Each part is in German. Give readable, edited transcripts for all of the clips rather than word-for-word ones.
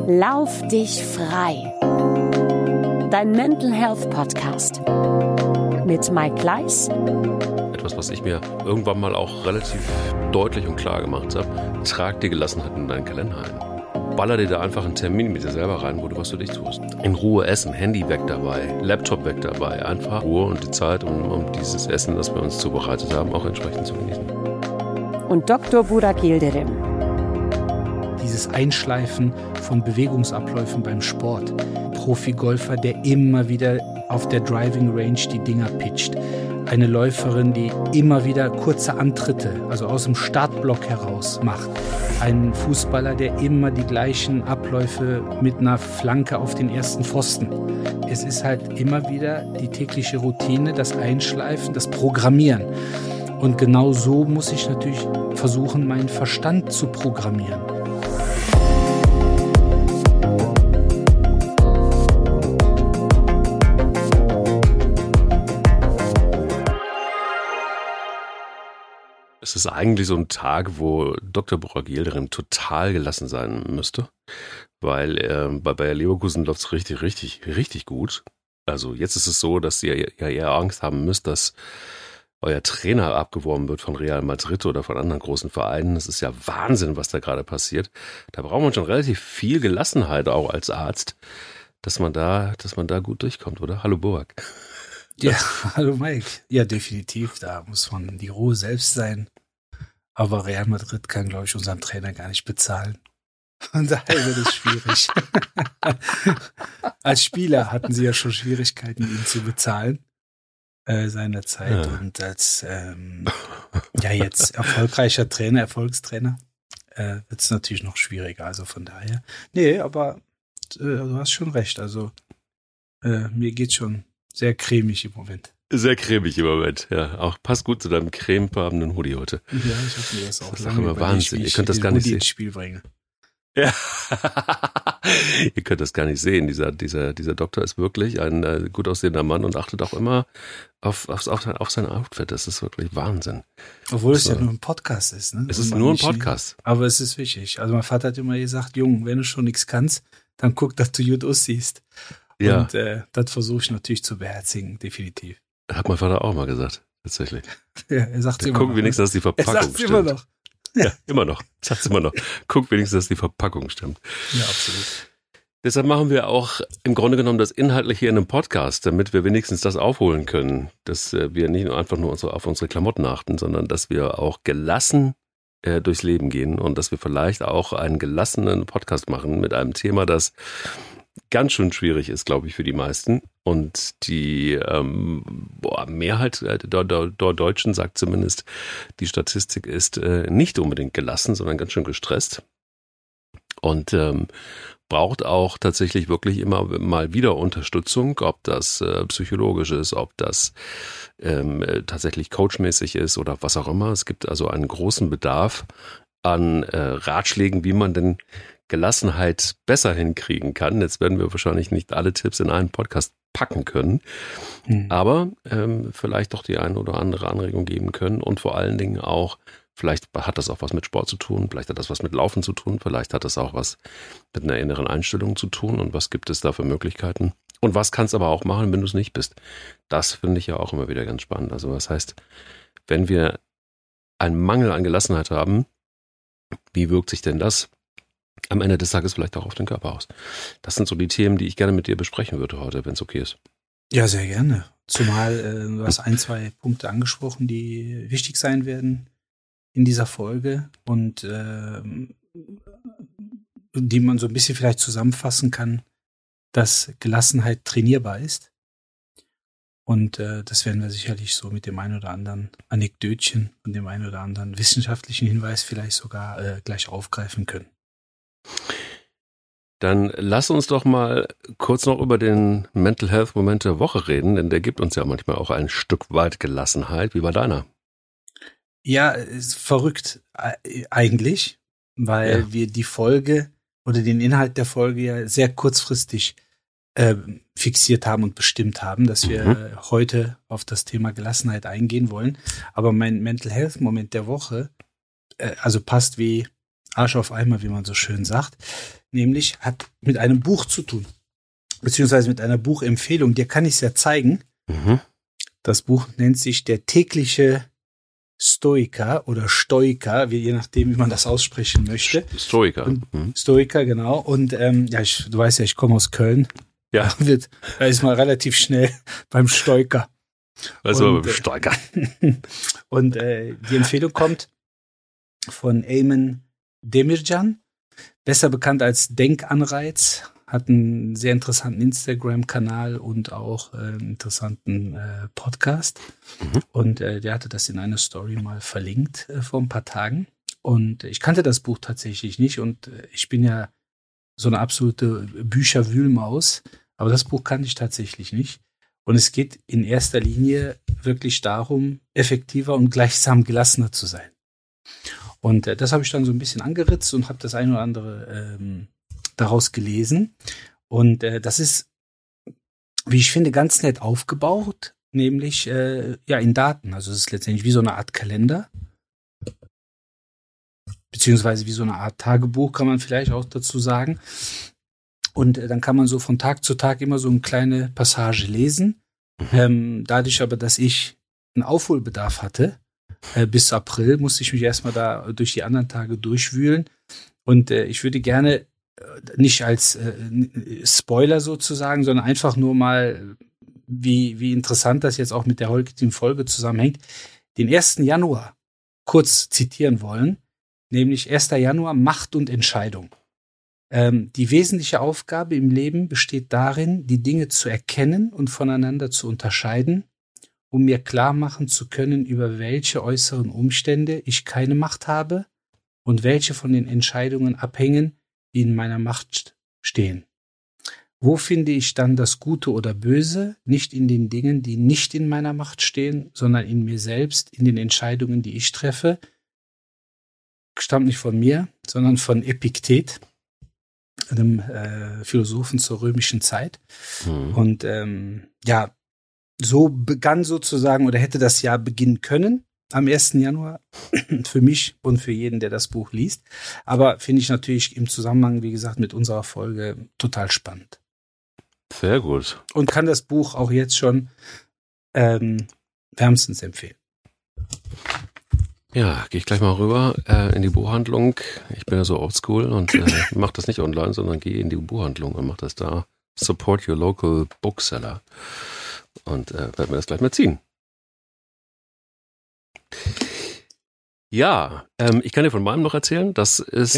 Lauf dich frei. Dein Mental Health Podcast mit Mike Kleiss. Etwas, was ich mir irgendwann mal auch relativ deutlich und klar gemacht habe: Trag die Gelassenheit in deinen Kalender ein. Baller dir da einfach einen Termin mit dir selber rein, wo du was für dich tust. In Ruhe essen, Handy weg dabei, Laptop weg dabei. Einfach Ruhe und die Zeit, um dieses Essen, das wir uns zubereitet haben, auch entsprechend zu genießen. Und Dr. Burak Yildirim. Dieses Einschleifen von Bewegungsabläufen beim Sport. Profi-Golfer, der immer wieder auf der Driving Range die Dinger pitcht. Eine Läuferin, die immer wieder kurze Antritte, also aus dem Startblock heraus macht. Ein Fußballer, der immer die gleichen Abläufe mit einer Flanke auf den ersten Pfosten. Es ist halt immer wieder die tägliche Routine, das Einschleifen, das Programmieren. Und genau so muss ich natürlich versuchen, meinen Verstand zu programmieren. Es ist eigentlich so ein Tag, wo Dr. Burak Yildirim total gelassen sein müsste, weil bei Bayer Leverkusen läuft es richtig, richtig, richtig gut. Also jetzt ist es so, dass ihr ja eher Angst haben müsst, dass euer Trainer abgeworben wird von Real Madrid oder von anderen großen Vereinen. Das ist ja Wahnsinn, was da gerade passiert. Da braucht man schon relativ viel Gelassenheit auch als Arzt, dass man da gut durchkommt, oder? Hallo Burak. Ja, hallo Mike. Ja, definitiv. Da muss man die Ruhe selbst sein. Aber Real Madrid kann, glaube ich, unseren Trainer gar nicht bezahlen. Von daher wird es schwierig. Als Spieler hatten sie ja schon Schwierigkeiten, ihn zu bezahlen seinerzeit. Ja. Und als jetzt erfolgreicher Trainer, Erfolgstrainer, wird es natürlich noch schwieriger. Also von daher. Nee, aber du hast schon recht. Also mir geht's schon sehr cremig im Moment. Sehr cremig im Moment, ja. Auch passt gut zu deinem cremefarbenen Hoodie heute. Ja, ich habe mir das auch das lange überlegt, Wahnsinn. Ihr könnt das gar nicht sehen. Ins Spiel bringe. Ja. Ihr könnt das gar nicht sehen. Dieser Doktor ist wirklich ein gut aussehender Mann und achtet auch immer auf sein Outfit. Das ist wirklich Wahnsinn. Obwohl es ja nur ein Podcast ist. Ne? Es ist nur ein Podcast. Aber es ist wichtig. Also mein Vater hat immer gesagt, Jung, wenn du schon nichts kannst, dann guck, dass du gut aussiehst. Ja. Und das versuche ich natürlich zu beherzigen, definitiv. Hat mein Vater auch mal gesagt, tatsächlich. Ja, er sagt es immer noch. Guck wenigstens, dass die Verpackung stimmt. Immer noch. Ja, immer noch. Sagt's immer noch. Guck wenigstens, dass die Verpackung stimmt. Ja, absolut. Deshalb machen wir auch im Grunde genommen das Inhaltliche in einem Podcast, damit wir wenigstens das aufholen können, dass wir nicht nur einfach nur auf unsere Klamotten achten, sondern dass wir auch gelassen durchs Leben gehen und dass wir vielleicht auch einen gelassenen Podcast machen mit einem Thema, das ganz schön schwierig ist, glaube ich, für die meisten. Und die Mehrheit der Deutschen, sagt zumindest die Statistik, ist nicht unbedingt gelassen, sondern ganz schön gestresst. Und braucht auch tatsächlich wirklich immer mal wieder Unterstützung, ob das psychologisch ist, ob das tatsächlich coachmäßig ist oder was auch immer. Es gibt also einen großen Bedarf an Ratschlägen, wie man denn Gelassenheit besser hinkriegen kann. Jetzt werden wir wahrscheinlich nicht alle Tipps in einen Podcast packen können, aber vielleicht doch die eine oder andere Anregung geben können und vor allen Dingen auch, vielleicht hat das auch was mit Sport zu tun, vielleicht hat das was mit Laufen zu tun, vielleicht hat das auch was mit einer inneren Einstellung zu tun und was gibt es da für Möglichkeiten und was kannst du aber auch machen, wenn du es nicht bist. Das finde ich ja auch immer wieder ganz spannend. Also was heißt, wenn wir einen Mangel an Gelassenheit haben, wie wirkt sich denn das am Ende des Tages vielleicht auch auf den Körper aus? Das sind so die Themen, die ich gerne mit dir besprechen würde heute, wenn es okay ist. Ja, sehr gerne. Zumal du hast 2 Punkte angesprochen, die wichtig sein werden in dieser Folge und die man so ein bisschen vielleicht zusammenfassen kann, dass Gelassenheit trainierbar ist. Und das werden wir sicherlich so mit dem einen oder anderen Anekdötchen und dem einen oder anderen wissenschaftlichen Hinweis vielleicht sogar gleich aufgreifen können. Dann lass uns doch mal kurz noch über den Mental Health Moment der Woche reden, denn der gibt uns ja manchmal auch ein Stück weit Gelassenheit. Wie war deiner? Ja, ist verrückt eigentlich, weil wir die Folge oder den Inhalt der Folge ja sehr kurzfristig fixiert haben und bestimmt haben, dass wir heute auf das Thema Gelassenheit eingehen wollen. Aber mein Mental Health Moment der Woche, also passt wie Arsch auf Eimer, wie man so schön sagt. Nämlich hat mit einem Buch zu tun. Beziehungsweise mit einer Buchempfehlung. Dir kann ich es ja zeigen. Mhm. Das Buch nennt sich Der tägliche Stoiker oder Stoiker, je nachdem, wie man das aussprechen möchte. Stoiker. Stoiker, genau. Und du weißt ja, ich komme aus Köln. Ja. Da ist man relativ schnell beim Stoiker. Also beim Stoiker. Und die Empfehlung kommt von Ayman Demircan, besser bekannt als Denkanreiz, hat einen sehr interessanten Instagram-Kanal und auch einen interessanten Podcast. Mhm. Und der hatte das in einer Story mal verlinkt vor ein paar Tagen. Und ich kannte das Buch tatsächlich nicht und ich bin ja so eine absolute Bücherwühlmaus, aber das Buch kannte ich tatsächlich nicht. Und es geht in erster Linie wirklich darum, effektiver und gleichsam gelassener zu sein. Und das habe ich dann so ein bisschen angeritzt und habe das ein oder andere daraus gelesen. Und das ist, wie ich finde, ganz nett aufgebaut, nämlich in Daten. Also es ist letztendlich wie so eine Art Kalender, beziehungsweise wie so eine Art Tagebuch, kann man vielleicht auch dazu sagen. Und dann kann man so von Tag zu Tag immer so eine kleine Passage lesen. Dadurch aber, dass ich einen Aufholbedarf hatte, bis April, musste ich mich erstmal da durch die anderen Tage durchwühlen. Und ich würde gerne nicht als Spoiler sozusagen, sondern einfach nur mal, wie interessant das jetzt auch mit der heutigen Folge zusammenhängt, den 1. Januar kurz zitieren wollen, nämlich 1. Januar, Macht und Entscheidung. Die wesentliche Aufgabe im Leben besteht darin, die Dinge zu erkennen und voneinander zu unterscheiden, um mir klar machen zu können, über welche äußeren Umstände ich keine Macht habe und welche von den Entscheidungen abhängen, die in meiner Macht stehen. Wo finde ich dann das Gute oder Böse? Nicht in den Dingen, die nicht in meiner Macht stehen, sondern in mir selbst, in den Entscheidungen, die ich treffe. Stammt nicht von mir, sondern von Epiktet, einem Philosophen zur römischen Zeit. Mhm. Und so begann sozusagen oder hätte das Jahr beginnen können am 1. Januar für mich und für jeden, der das Buch liest. Aber finde ich natürlich im Zusammenhang, wie gesagt, mit unserer Folge total spannend. Sehr gut. Und kann das Buch auch jetzt schon wärmstens empfehlen. Ja, gehe ich gleich mal rüber in die Buchhandlung. Ich bin ja so oldschool und mache das nicht online, sondern gehe in die Buchhandlung und mache das da. Support your local bookseller. Und werde mir das gleich mal ziehen. Ja, ich kann dir von meinem noch erzählen. Das ist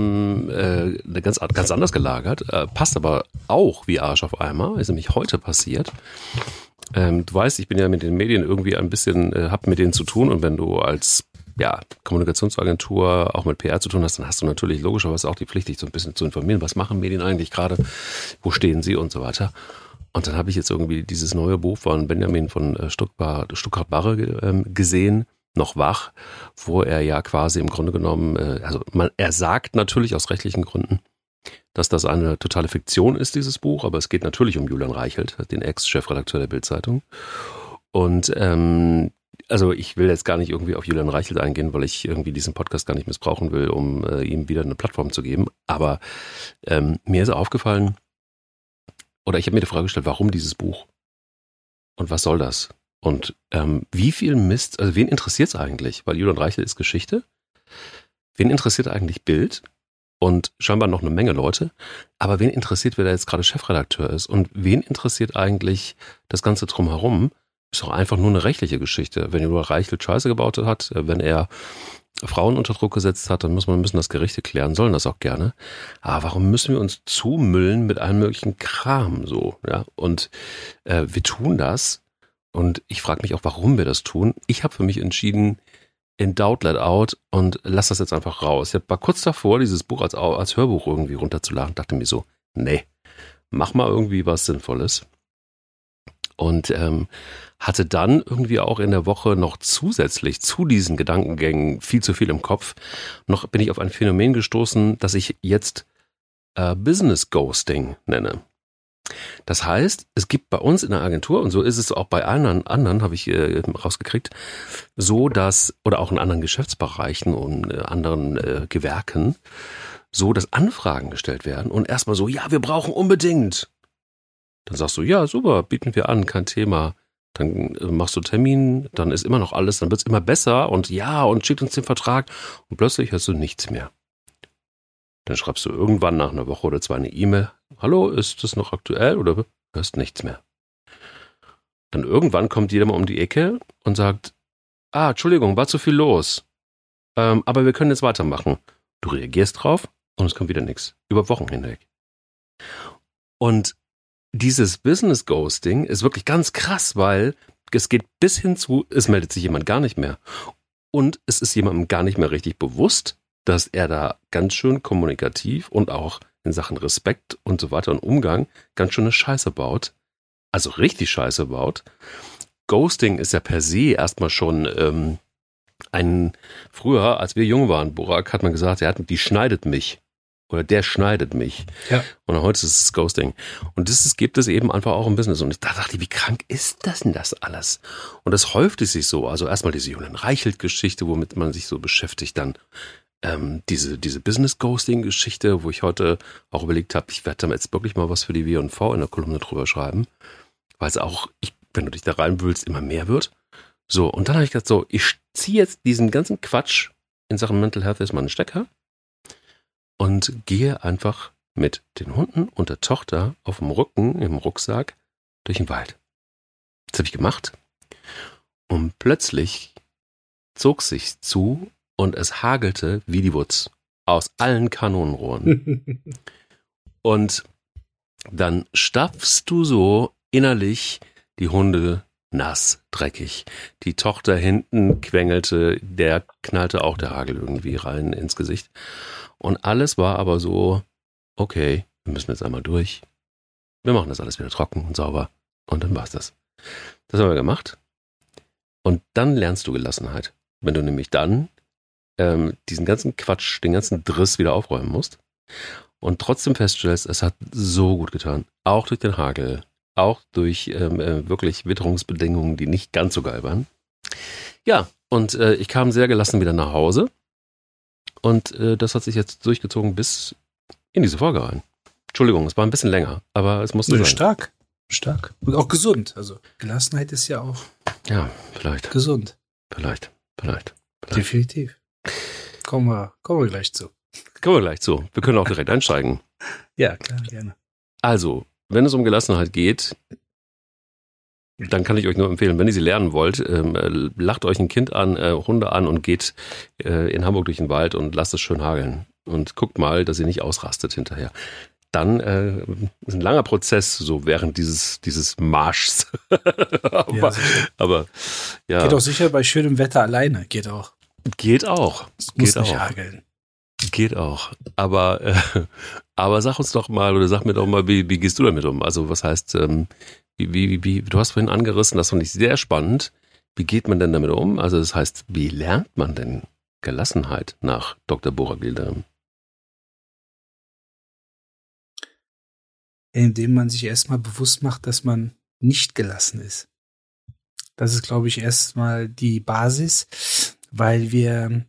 ganz anders gelagert, passt aber auch wie Arsch auf Eimer. Ist nämlich heute passiert. Du weißt, ich bin ja mit den Medien irgendwie ein bisschen, hab mit denen zu tun. Und wenn du als Kommunikationsagentur auch mit PR zu tun hast, dann hast du natürlich logischerweise auch die Pflicht, dich so ein bisschen zu informieren. Was machen Medien eigentlich gerade? Wo stehen sie und so weiter? Und dann habe ich jetzt irgendwie dieses neue Buch von Benjamin von Stuckrad-Barre gesehen, noch wach, wo er ja quasi im Grunde genommen, er sagt natürlich aus rechtlichen Gründen, dass das eine totale Fiktion ist, dieses Buch, aber es geht natürlich um Julian Reichelt, den Ex-Chefredakteur der Bild-Zeitung. Und ich will jetzt gar nicht irgendwie auf Julian Reichelt eingehen, weil ich irgendwie diesen Podcast gar nicht missbrauchen will, um ihm wieder eine Plattform zu geben. Aber mir ist aufgefallen, oder ich habe mir die Frage gestellt, warum dieses Buch? Und was soll das? Und wie viel Mist, also wen interessiert es eigentlich? Weil Julian Reichelt ist Geschichte. Wen interessiert eigentlich Bild? Und scheinbar noch eine Menge Leute. Aber wen interessiert, wer da jetzt gerade Chefredakteur ist? Und wen interessiert eigentlich das Ganze drumherum? Ist doch einfach nur eine rechtliche Geschichte. Wenn Julian Reichelt Scheiße gebaut hat, wenn er Frauen unter Druck gesetzt hat, dann müssen das Gerichte klären, sollen das auch gerne. Aber warum müssen wir uns zumüllen mit allem möglichen Kram so? Ja? Und wir tun das. Und ich frage mich auch, warum wir das tun. Ich habe für mich entschieden, in doubt, let out und lass das jetzt einfach raus. Ich war kurz davor, dieses Buch als Hörbuch irgendwie runterzuladen, dachte mir so, nee, mach mal irgendwie was Sinnvolles. Und hatte dann irgendwie auch in der Woche noch zusätzlich zu diesen Gedankengängen viel zu viel im Kopf, noch bin ich auf ein Phänomen gestoßen, das ich jetzt Business Ghosting nenne. Das heißt, es gibt bei uns in der Agentur, und so ist es auch bei allen anderen habe ich rausgekriegt, so dass, oder auch in anderen Geschäftsbereichen und anderen Gewerken, so dass Anfragen gestellt werden und erstmal so, ja, wir brauchen unbedingt. Dann sagst du, ja, super, bieten wir an, kein Thema. Dann machst du Termin, dann ist immer noch alles, dann wird es immer besser und ja, und schickt uns den Vertrag und plötzlich hörst du nichts mehr. Dann schreibst du irgendwann nach einer Woche oder zwei eine E-Mail, hallo, ist das noch aktuell oder hörst nichts mehr. Dann irgendwann kommt jeder mal um die Ecke und sagt, Entschuldigung, war zu viel los, aber wir können jetzt weitermachen. Du reagierst drauf und es kommt wieder nichts, über Wochen hinweg. Und dieses Business Ghosting ist wirklich ganz krass, weil es geht bis hin zu, es meldet sich jemand gar nicht mehr. Und es ist jemandem gar nicht mehr richtig bewusst, dass er da ganz schön kommunikativ und auch in Sachen Respekt und so weiter und Umgang ganz schöne Scheiße baut. Also richtig Scheiße baut. Ghosting ist ja per se erstmal schon früher, als wir jung waren, Burak, hat man gesagt, die schneidet mich. Oder der schneidet mich. Ja. Und heute ist es Ghosting. Und das gibt es eben einfach auch im Business. Und da dachte ich, wie krank ist das denn das alles? Und das häufte sich so. Also erstmal diese Julian Reichelt-Geschichte, womit man sich so beschäftigt. Dann diese Business-Ghosting-Geschichte, wo ich heute auch überlegt habe, ich werde da jetzt wirklich mal was für die W&V in der Kolumne drüber schreiben. Weil es auch, wenn du dich da reinwühlst, immer mehr wird. So, und dann habe ich gedacht, so, ich ziehe jetzt diesen ganzen Quatsch in Sachen Mental Health erstmal einen Stecker und gehe einfach mit den Hunden und der Tochter auf dem Rücken, im Rucksack, durch den Wald. Das habe ich gemacht. Und plötzlich zog sich zu und es hagelte wie die Wutz aus allen Kanonenrohren. Und dann stapfst du so innerlich die Hunde nass, dreckig. Die Tochter hinten quengelte, der knallte auch der Hagel irgendwie rein ins Gesicht. Und alles war aber so, okay, wir müssen jetzt einmal durch. Wir machen das alles wieder trocken und sauber. Und dann war's das. Das haben wir gemacht. Und dann lernst du Gelassenheit. Wenn du nämlich dann diesen ganzen Quatsch, den ganzen Driss wieder aufräumen musst und trotzdem feststellst, es hat so gut getan. Auch durch den Hagel. Auch durch wirklich Witterungsbedingungen, die nicht ganz so geil waren. Ja, und ich kam sehr gelassen wieder nach Hause. Und das hat sich jetzt durchgezogen bis in diese Folge rein. Entschuldigung, es war ein bisschen länger, aber es musste sein. Stark. Und auch gesund. Also Gelassenheit ist ja auch gesund. Vielleicht. Definitiv. Kommen wir gleich zu. Wir können auch direkt einsteigen. Ja, klar, gerne. Also, wenn es um Gelassenheit geht, dann kann ich euch nur empfehlen, wenn ihr sie lernen wollt, lacht euch ein Kind an, Hunde an und geht in Hamburg durch den Wald und lasst es schön hageln. Und guckt mal, dass ihr nicht ausrastet hinterher. Dann ist ein langer Prozess, so während dieses Marschs. aber ja. Geht auch sicher bei schönem Wetter alleine, geht auch. Geht auch. Muss nicht hageln. Geht auch. Aber sag uns doch mal, oder sag mir doch mal, wie gehst du damit um? Also was heißt, wie du hast vorhin angerissen, das fand ich sehr spannend. Wie geht man denn damit um? Also das heißt, wie lernt man denn Gelassenheit nach Dr. Burak Yildirim? Indem man sich erstmal bewusst macht, dass man nicht gelassen ist. Das ist, glaube ich, erstmal die Basis, weil wir,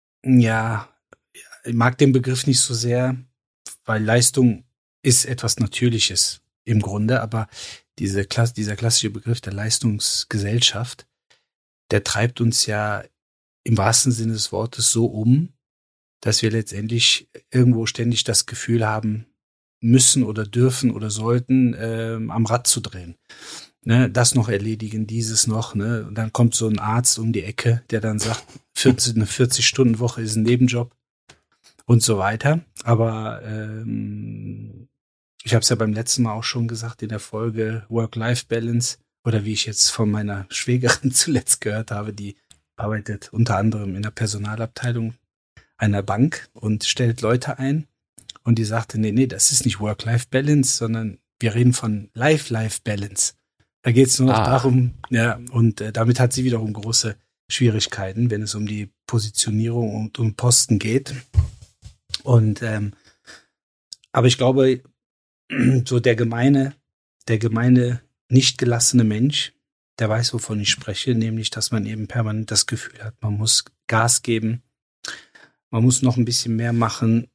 ich mag den Begriff nicht so sehr, weil Leistung ist etwas Natürliches im Grunde, aber dieser klassische Begriff der Leistungsgesellschaft, der treibt uns ja im wahrsten Sinne des Wortes so um, dass wir letztendlich irgendwo ständig das Gefühl haben müssen oder dürfen oder sollten, am Rad zu drehen. Ne, das noch erledigen, dieses noch. Ne? Und dann kommt so ein Arzt um die Ecke, der dann sagt, eine 40-Stunden-Woche ist ein Nebenjob und so weiter. Aber ich habe es ja beim letzten Mal auch schon gesagt in der Folge Work-Life-Balance oder wie ich jetzt von meiner Schwägerin zuletzt gehört habe, die arbeitet unter anderem in der Personalabteilung einer Bank und stellt Leute ein. Und die sagte, nee, das ist nicht Work-Life-Balance, sondern wir reden von Life-Life-Balance. Da geht es nur noch darum, ja, und damit hat sie wiederum große Schwierigkeiten, wenn es um die Positionierung und um Posten geht. Und aber ich glaube, so der gemeine der gemeine, nicht gelassene Mensch, der weiß, wovon ich spreche, nämlich, dass man eben permanent das Gefühl hat, man muss Gas geben, man muss noch ein bisschen mehr machen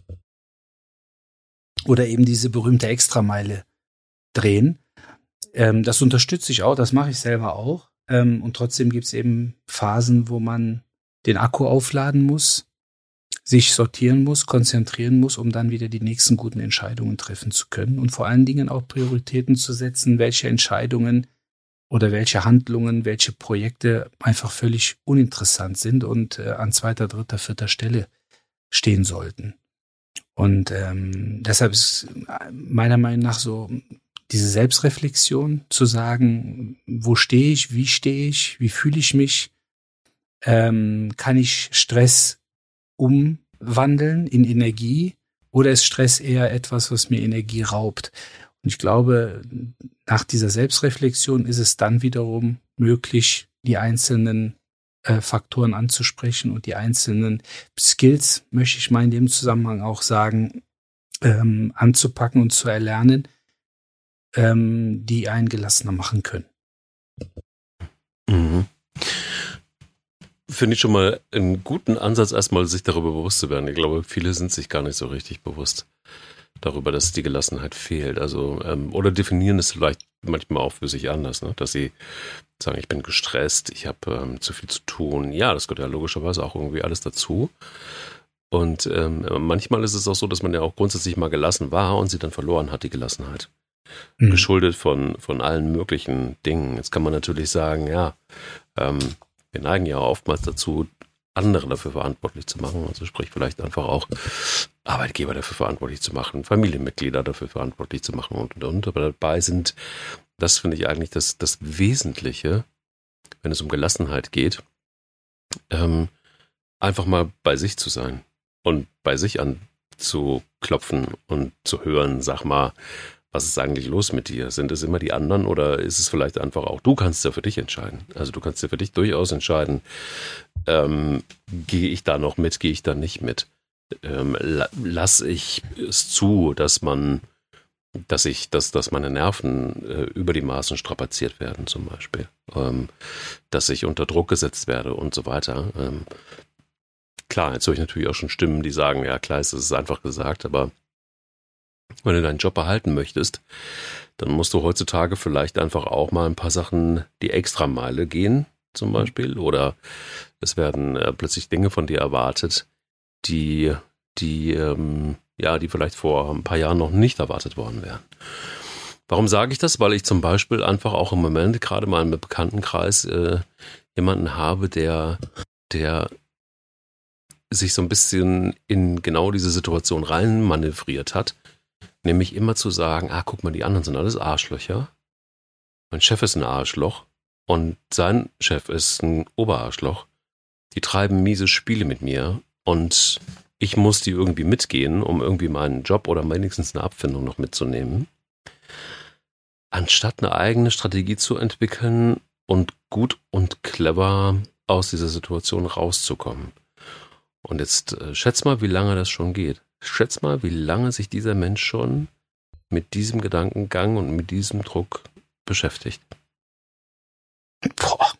oder eben diese berühmte Extrameile drehen. Das unterstütze ich auch, das mache ich selber auch. Und trotzdem gibt es eben Phasen, wo man den Akku aufladen muss, sich sortieren muss, konzentrieren muss, um dann wieder die nächsten guten Entscheidungen treffen zu können und vor allen Dingen auch Prioritäten zu setzen, welche Entscheidungen oder welche Handlungen, welche Projekte einfach völlig uninteressant sind und an 2., 3., 4. Stelle stehen sollten. Und deshalb ist meiner Meinung nach so diese Selbstreflexion zu sagen, wo stehe ich, wie fühle ich mich, kann ich Stress umwandeln in Energie oder ist Stress eher etwas, was mir Energie raubt? Und ich glaube, nach dieser Selbstreflexion ist es dann wiederum möglich, die einzelnen Faktoren anzusprechen und die einzelnen Skills, möchte ich mal in dem Zusammenhang auch sagen, anzupacken und zu erlernen, die einen gelassener machen können. Mhm. Finde ich schon mal einen guten Ansatz, erstmal sich darüber bewusst zu werden. Ich glaube, viele sind sich gar nicht so richtig bewusst darüber, dass die Gelassenheit fehlt. Also, oder definieren es vielleicht manchmal auch für sich anders, ne? Dass sie sagen, ich bin gestresst, ich habe zu viel zu tun. Ja, das gehört ja logischerweise auch irgendwie alles dazu. Und manchmal ist es auch so, dass man ja auch grundsätzlich mal gelassen war und sie dann verloren hat, die Gelassenheit. Mhm. Geschuldet von allen möglichen Dingen. Jetzt kann man natürlich sagen, ja, wir neigen ja oftmals dazu, andere dafür verantwortlich zu machen. Also sprich vielleicht einfach auch Arbeitgeber dafür verantwortlich zu machen, Familienmitglieder dafür verantwortlich zu machen und. Aber dabei sind, das finde ich eigentlich das Wesentliche, wenn es um Gelassenheit geht, einfach mal bei sich zu sein und bei sich anzuklopfen und zu hören, sag mal, was ist eigentlich los mit dir? Sind es immer die anderen oder ist es vielleicht einfach auch, du kannst ja für dich entscheiden. Also du kannst ja für dich durchaus entscheiden, gehe ich da noch mit, gehe ich da nicht mit? Lasse ich es zu, dass meine Nerven über die Maßen strapaziert werden zum Beispiel, dass ich unter Druck gesetzt werde und so weiter. Klar, jetzt höre ich natürlich auch schon Stimmen, die sagen, ja klar, es ist einfach gesagt, aber wenn du deinen Job behalten möchtest, dann musst du heutzutage vielleicht einfach auch mal ein paar Sachen die Extrameile gehen, zum Beispiel. Oder es werden plötzlich Dinge von dir erwartet, die vielleicht vor ein paar Jahren noch nicht erwartet worden wären. Warum sage ich das? Weil ich zum Beispiel einfach auch im Moment gerade mal im Bekanntenkreis jemanden habe, der sich so ein bisschen in genau diese Situation rein manövriert hat. Nämlich immer zu sagen, guck mal, die anderen sind alles Arschlöcher. Mein Chef ist ein Arschloch und sein Chef ist ein Oberarschloch. Die treiben miese Spiele mit mir und ich muss die irgendwie mitgehen, um irgendwie meinen Job oder wenigstens eine Abfindung noch mitzunehmen. Anstatt eine eigene Strategie zu entwickeln und gut und clever aus dieser Situation rauszukommen. Und jetzt schätz mal, wie lange das schon geht. Schätz mal, wie lange sich dieser Mensch schon mit diesem Gedankengang und mit diesem Druck beschäftigt. Boah.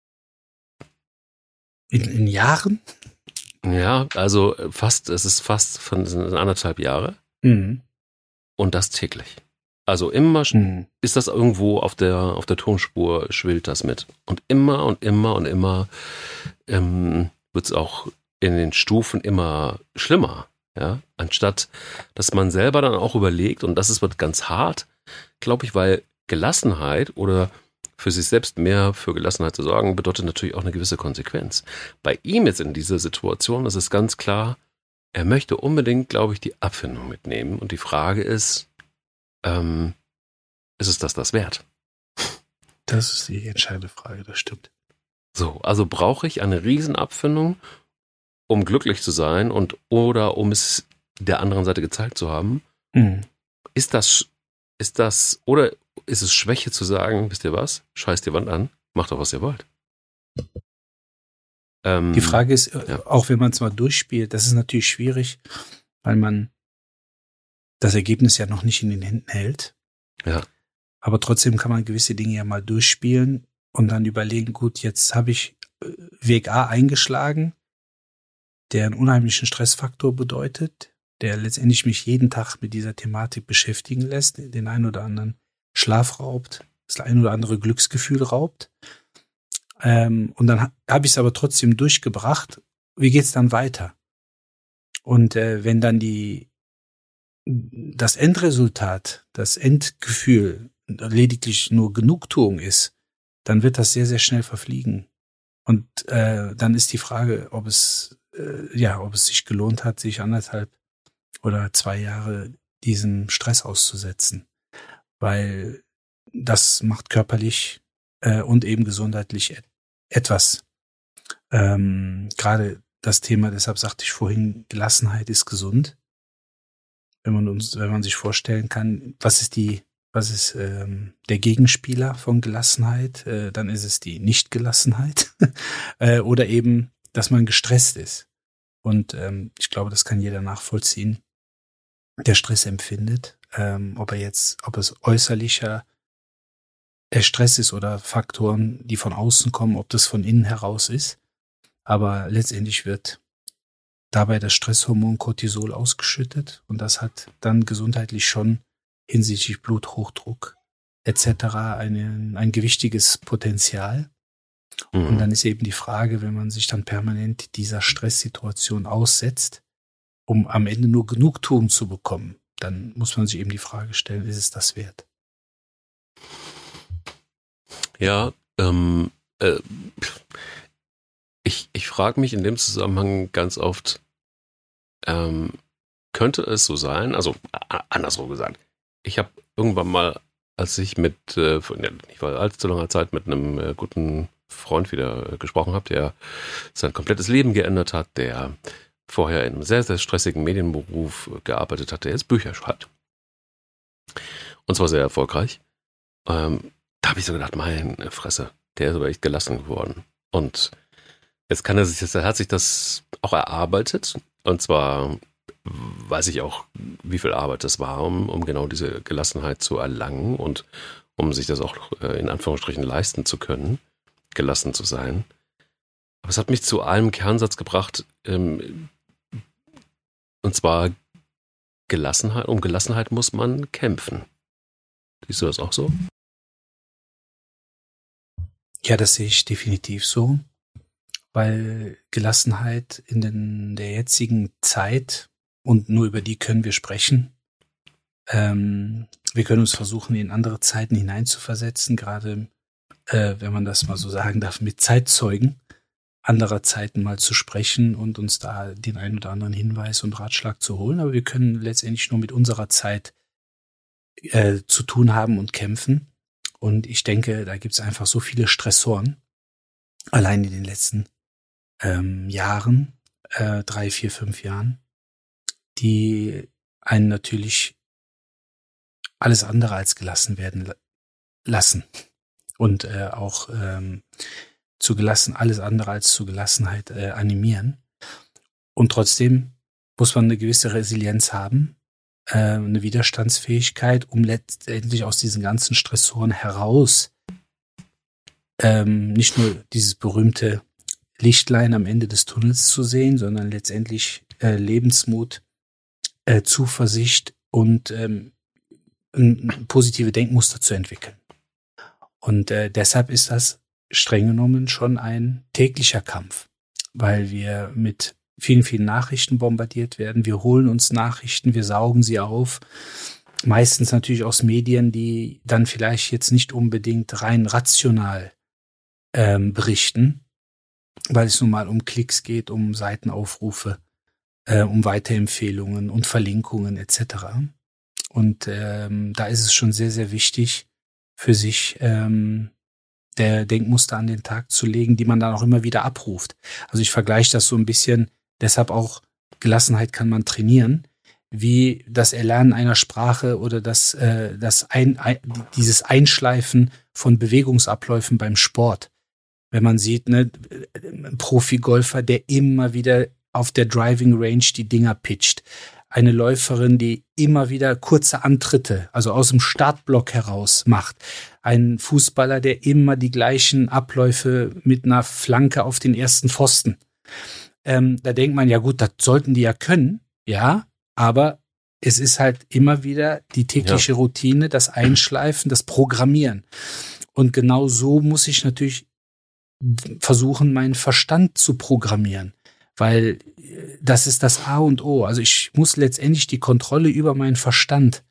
In Jahren? Ja, also es ist fast von 1,5 Jahre. Mhm. Und das täglich. Also immer ist das irgendwo auf der Tonspur, schwillt das mit. Und immer und immer und immer wird es auch in den Stufen immer schlimmer. Ja, anstatt, dass man selber dann auch überlegt, und das wird ganz hart, glaube ich, weil Gelassenheit oder für sich selbst mehr für Gelassenheit zu sorgen, bedeutet natürlich auch eine gewisse Konsequenz. Bei ihm jetzt in dieser Situation ist es ganz klar, er möchte unbedingt, glaube ich, die Abfindung mitnehmen. Und die Frage ist es das wert? Das ist die entscheidende Frage, das stimmt. So, also brauche ich eine Riesenabfindung, um glücklich zu sein oder um es der anderen Seite gezeigt zu haben? Mhm. Ist das oder ist es Schwäche zu sagen, wisst ihr was? Scheiß die Wand an, macht doch, was ihr wollt. Die Frage ist, auch wenn man es mal durchspielt, das ist natürlich schwierig, weil man das Ergebnis ja noch nicht in den Händen hält. Ja. Aber trotzdem kann man gewisse Dinge ja mal durchspielen und dann überlegen, gut, jetzt habe ich Weg A eingeschlagen, der einen unheimlichen Stressfaktor bedeutet, der letztendlich mich jeden Tag mit dieser Thematik beschäftigen lässt, den einen oder anderen Schlaf raubt, das ein oder andere Glücksgefühl raubt. Und dann habe ich es aber trotzdem durchgebracht. Wie geht's dann weiter? Und wenn dann das Endresultat, das Endgefühl lediglich nur Genugtuung ist, dann wird das sehr, sehr schnell verfliegen. Und dann ist die Frage, ob es sich gelohnt hat, sich 1,5 oder 2 Jahre diesem Stress auszusetzen. Weil das macht körperlich und eben gesundheitlich etwas. Gerade das Thema, deshalb sagte ich vorhin, Gelassenheit ist gesund. Wenn man sich vorstellen kann, was ist der Gegenspieler von Gelassenheit, dann ist es die Nichtgelassenheit oder eben, dass man gestresst ist. Und ich glaube, das kann jeder nachvollziehen, der Stress empfindet, ob es äußerlicher Stress ist oder Faktoren, die von außen kommen, ob das von innen heraus ist. Aber letztendlich wird dabei das Stresshormon Cortisol ausgeschüttet und das hat dann gesundheitlich schon hinsichtlich Bluthochdruck etc. ein gewichtiges Potenzial. Mhm. Und dann ist eben die Frage, wenn man sich dann permanent dieser Stresssituation aussetzt, um am Ende nur Genugtuung zu bekommen, dann muss man sich eben die Frage stellen, ist es das wert? Ja, ich frage mich in dem Zusammenhang ganz oft, könnte es so sein, also andersrum gesagt, ich habe irgendwann mal, als ich nicht vor allzu langer Zeit mit einem guten Freund wieder gesprochen habe, der sein komplettes Leben geändert hat, der vorher in einem sehr, sehr stressigen Medienberuf gearbeitet hat, der jetzt Bücher schreibt. Und zwar sehr erfolgreich. Da habe ich so gedacht, meine Fresse, der ist aber echt gelassen geworden. Und jetzt hat sich das auch erarbeitet. Und zwar weiß ich auch, wie viel Arbeit das war, um genau diese Gelassenheit zu erlangen und um sich das auch in Anführungsstrichen leisten zu können, gelassen zu sein. Aber es hat mich zu einem Kernsatz gebracht, und zwar Gelassenheit. Um Gelassenheit muss man kämpfen. Siehst du das auch so? Ja, das sehe ich definitiv so, weil Gelassenheit in der jetzigen Zeit, und nur über die können wir sprechen, wir können uns versuchen, in andere Zeiten hineinzuversetzen, gerade wenn man das mal so sagen darf, mit Zeitzeugen anderer Zeiten mal zu sprechen und uns da den einen oder anderen Hinweis und Ratschlag zu holen. Aber wir können letztendlich nur mit unserer Zeit zu tun haben und kämpfen. Und ich denke, da gibt es einfach so viele Stressoren, allein in den letzten Jahren, 3, 4, 5 Jahren, die einen natürlich alles andere als gelassen werden lassen und auch alles andere als zu Gelassenheit animieren. Und trotzdem muss man eine gewisse Resilienz haben, eine Widerstandsfähigkeit, um letztendlich aus diesen ganzen Stressoren heraus nicht nur dieses berühmte Lichtlein am Ende des Tunnels zu sehen, sondern letztendlich Lebensmut, Zuversicht und positive Denkmuster zu entwickeln. Und deshalb ist das streng genommen schon ein täglicher Kampf, weil wir mit vielen, vielen Nachrichten bombardiert werden. Wir holen uns Nachrichten, wir saugen sie auf. Meistens natürlich aus Medien, die dann vielleicht jetzt nicht unbedingt rein rational berichten, weil es nun mal um Klicks geht, um Seitenaufrufe, um Weiterempfehlungen und Verlinkungen etc. Und da ist es schon sehr, sehr wichtig, für sich der Denkmuster an den Tag zu legen, die man dann auch immer wieder abruft. Also ich vergleiche das so ein bisschen, deshalb auch Gelassenheit kann man trainieren, wie das Erlernen einer Sprache oder dieses Einschleifen von Bewegungsabläufen beim Sport. Wenn man sieht, ein Profi-Golfer, der immer wieder auf der Driving Range die Dinger pitcht. eine Läuferin, die immer wieder kurze Antritte, also aus dem Startblock heraus macht. Ein Fußballer, der immer die gleichen Abläufe mit einer Flanke auf den ersten Pfosten. Da denkt man, ja gut, das sollten die ja können, ja, aber es ist halt immer wieder die tägliche Routine, das Einschleifen, das Programmieren. Und genau so muss ich natürlich versuchen, meinen Verstand zu programmieren, weil das ist das A und O. Also ich muss letztendlich die Kontrolle über meinen Verstand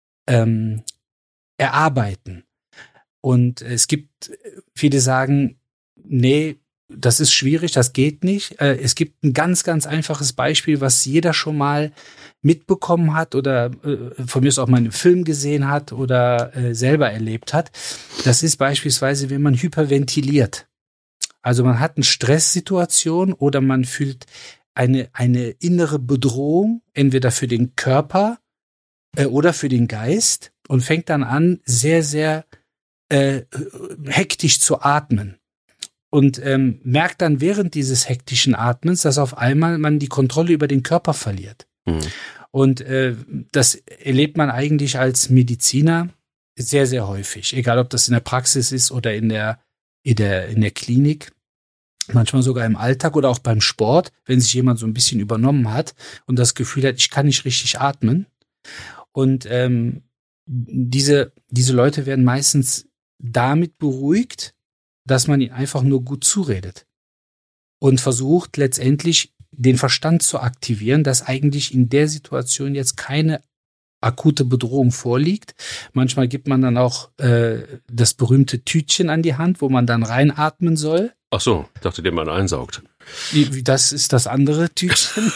erarbeiten. Und es gibt, viele sagen, nee, das ist schwierig, das geht nicht. Es gibt ein ganz, ganz einfaches Beispiel, was jeder schon mal mitbekommen hat oder von mir aus auch mal einen Film gesehen hat oder selber erlebt hat. Das ist beispielsweise, wenn man hyperventiliert. Also man hat eine Stresssituation oder man fühlt eine innere Bedrohung, entweder für den Körper oder für den Geist und fängt dann an, sehr, sehr hektisch zu atmen. Und merkt dann während dieses hektischen Atmens, dass auf einmal man die Kontrolle über den Körper verliert. Mhm. Und das erlebt man eigentlich als Mediziner sehr, sehr häufig. Egal, ob das in der Praxis ist oder in der Klinik. Manchmal sogar im Alltag oder auch beim Sport, wenn sich jemand so ein bisschen übernommen hat und das Gefühl hat, ich kann nicht richtig atmen. Und diese Leute werden meistens damit beruhigt, dass man ihnen einfach nur gut zuredet und versucht letztendlich den Verstand zu aktivieren, dass eigentlich in der Situation jetzt keine akute Bedrohung vorliegt. Manchmal gibt man dann auch das berühmte Tütchen an die Hand, wo man dann reinatmen soll. Ach so, ich dachte, den man einsaugt. Das ist das andere Tütchen.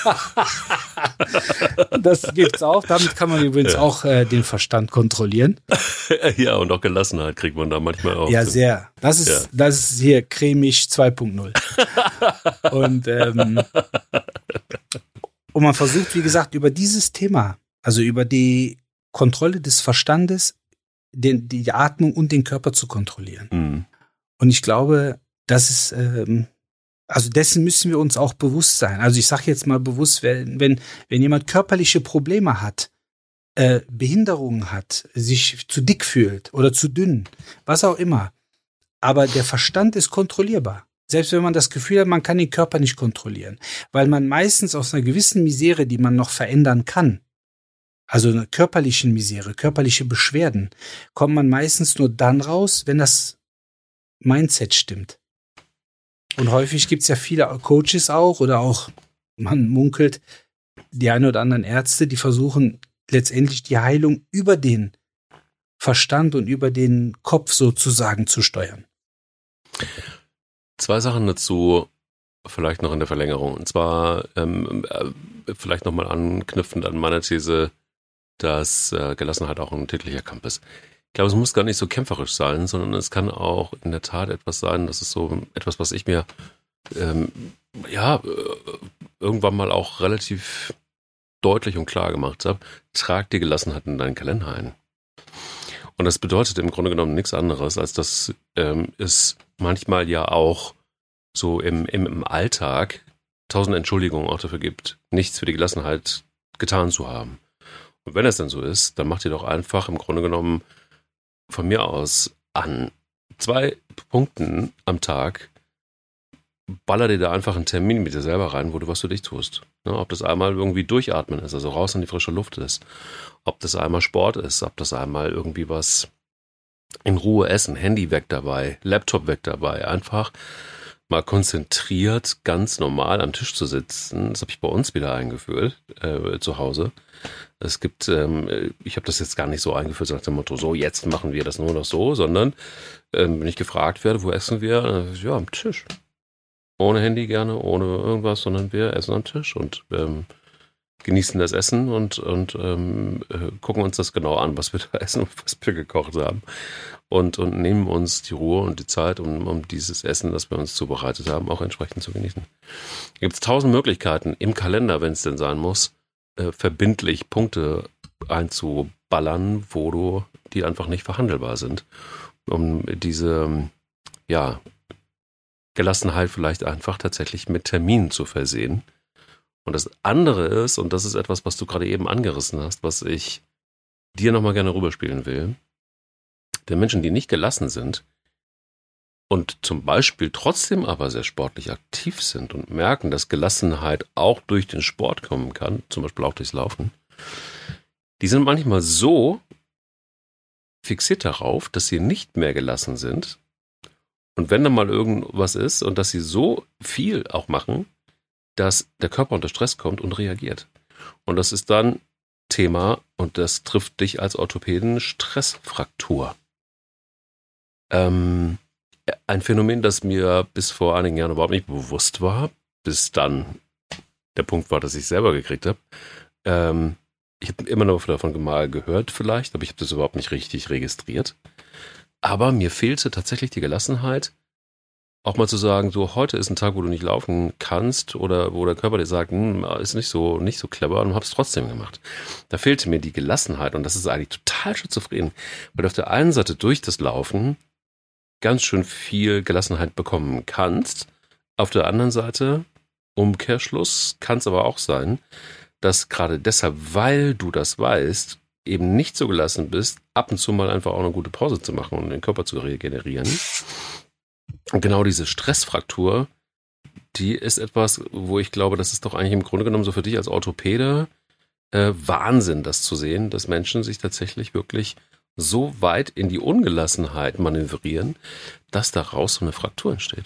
Das gibt's auch. Damit kann man übrigens auch den Verstand kontrollieren. Ja, und auch Gelassenheit kriegt man da manchmal auch. Ja, sehr. Das ist hier cremig 2.0. Und man versucht, wie gesagt, über dieses Thema, also über die Kontrolle des Verstandes, die Atmung und den Körper zu kontrollieren. Mhm. Und ich glaube, das ist, also dessen müssen wir uns auch bewusst sein. Also ich sage jetzt mal bewusst, wenn jemand körperliche Probleme hat, Behinderungen hat, sich zu dick fühlt oder zu dünn, was auch immer, aber der Verstand ist kontrollierbar. Selbst wenn man das Gefühl hat, man kann den Körper nicht kontrollieren, weil man meistens aus einer gewissen Misere, die man noch verändern kann, also eine körperliche Misere, körperliche Beschwerden, kommt man meistens nur dann raus, wenn das Mindset stimmt. Und häufig gibt es ja viele Coaches auch oder auch, man munkelt, die ein oder anderen Ärzte, die versuchen letztendlich die Heilung über den Verstand und über den Kopf sozusagen zu steuern. 2 Sachen dazu, vielleicht noch in der Verlängerung. Und zwar vielleicht nochmal anknüpfend an meine These, dass Gelassenheit auch ein täglicher Kampf ist. Ich glaube, es muss gar nicht so kämpferisch sein, sondern es kann auch in der Tat etwas sein, das ist so etwas, was ich mir irgendwann mal auch relativ deutlich und klar gemacht habe. Trag die Gelassenheit in deinen Kalender ein. Und das bedeutet im Grunde genommen nichts anderes, als dass es manchmal ja auch so im Alltag 1000 Entschuldigungen auch dafür gibt, nichts für die Gelassenheit getan zu haben. Und wenn es dann so ist, dann macht ihr doch einfach im Grunde genommen von mir aus an 2 Punkten am Tag, baller dir da einfach einen Termin mit dir selber rein, wo du was für dich tust. Ne, ob das einmal irgendwie durchatmen ist, also raus in die frische Luft ist, ob das einmal Sport ist, ob das einmal irgendwie was in Ruhe essen, Handy weg dabei, Laptop weg dabei, einfach mal konzentriert, ganz normal am Tisch zu sitzen. Das habe ich bei uns wieder eingeführt, zu Hause. Es gibt, ich habe das jetzt gar nicht so eingeführt, so nach dem Motto, so jetzt machen wir das nur noch so, sondern wenn ich gefragt werde, wo essen wir? Ja, am Tisch. Ohne Handy gerne, ohne irgendwas, sondern wir essen am Tisch und genießen das Essen und gucken uns das genau an, was wir da essen und was wir gekocht haben. Und nehmen uns die Ruhe und die Zeit, um dieses Essen, das wir uns zubereitet haben, auch entsprechend zu genießen. Da gibt es 1000 Möglichkeiten im Kalender, wenn es denn sein muss, verbindlich Punkte einzuballern, die einfach nicht verhandelbar sind, um diese Gelassenheit vielleicht einfach tatsächlich mit Terminen zu versehen Und das andere ist, und das ist etwas, was du gerade eben angerissen hast, was ich dir nochmal gerne rüberspielen will, der Menschen, die nicht gelassen sind und zum Beispiel trotzdem aber sehr sportlich aktiv sind und merken, dass Gelassenheit auch durch den Sport kommen kann, zum Beispiel auch durchs Laufen, die sind manchmal so fixiert darauf, dass sie nicht mehr gelassen sind. Und wenn dann mal irgendwas ist und dass sie so viel auch machen, dass der Körper unter Stress kommt und reagiert. Und das ist dann Thema, und das trifft dich als Orthopäden, Stressfraktur. Ein Phänomen, das mir bis vor einigen Jahren überhaupt nicht bewusst war, bis dann der Punkt war, dass ich es selber gekriegt habe. Ich habe immer noch davon mal gehört vielleicht, aber ich habe das überhaupt nicht richtig registriert. Aber mir fehlte tatsächlich die Gelassenheit, auch mal zu sagen, so heute ist ein Tag, wo du nicht laufen kannst oder wo der Körper dir sagt, ist nicht so clever, und habe es trotzdem gemacht. Da fehlte mir die Gelassenheit, und das ist eigentlich total schizophren, weil du auf der einen Seite durch das Laufen ganz schön viel Gelassenheit bekommen kannst. Auf der anderen Seite, Umkehrschluss, kann es aber auch sein, dass gerade deshalb, weil du das weißt, eben nicht so gelassen bist, ab und zu mal einfach auch eine gute Pause zu machen und den Körper zu regenerieren. Und genau diese Stressfraktur, die ist etwas, wo ich glaube, das ist doch eigentlich im Grunde genommen so für dich als Orthopäde Wahnsinn, das zu sehen, dass Menschen sich tatsächlich wirklich so weit in die Ungelassenheit manövrieren, dass daraus so eine Fraktur entsteht.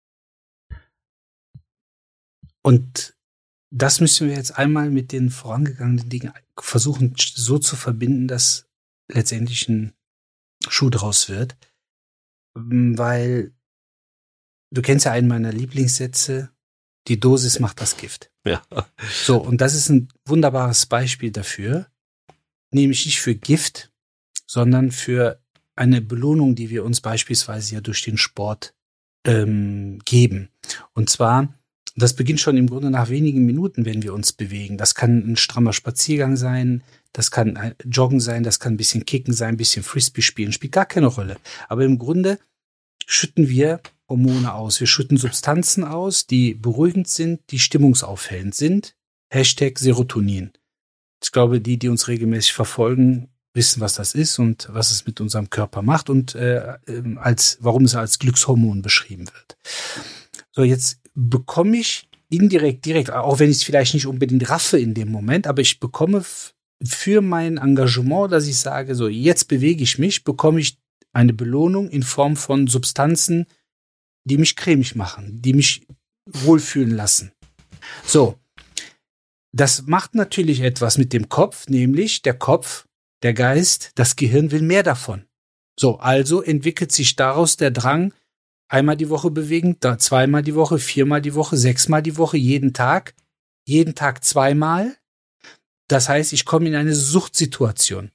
Und das müssen wir jetzt einmal mit den vorangegangenen Dingen versuchen so zu verbinden, dass letztendlich ein Schuh draus wird. Weil du kennst ja einen meiner Lieblingssätze, die Dosis macht das Gift. Ja. So, und das ist ein wunderbares Beispiel dafür, nämlich nicht für Gift, sondern für eine Belohnung, die wir uns beispielsweise ja durch den Sport geben. Und zwar, das beginnt schon im Grunde nach wenigen Minuten, wenn wir uns bewegen. Das kann ein strammer Spaziergang sein, das kann ein Joggen sein, das kann ein bisschen Kicken sein, ein bisschen Frisbee spielen, spielt gar keine Rolle. Aber im Grunde schütten wir Hormone aus. Wir schütten Substanzen aus, die beruhigend sind, die stimmungsaufhellend sind. Hashtag Serotonin. Ich glaube, die uns regelmäßig verfolgen, wissen, was das ist und was es mit unserem Körper macht und warum es als Glückshormon beschrieben wird. So, jetzt bekomme ich direkt, auch wenn ich es vielleicht nicht unbedingt raffe in dem Moment, aber ich bekomme für mein Engagement, dass ich sage, so jetzt bewege ich mich, bekomme ich eine Belohnung in Form von Substanzen, die mich cremig machen, die mich wohlfühlen lassen. So, das macht natürlich etwas mit dem Kopf, nämlich der Kopf, der Geist, das Gehirn will mehr davon. So, also entwickelt sich daraus der Drang, einmal die Woche bewegen, zweimal die Woche, viermal die Woche, sechsmal die Woche, jeden Tag zweimal. Das heißt, ich komme in eine Suchtsituation.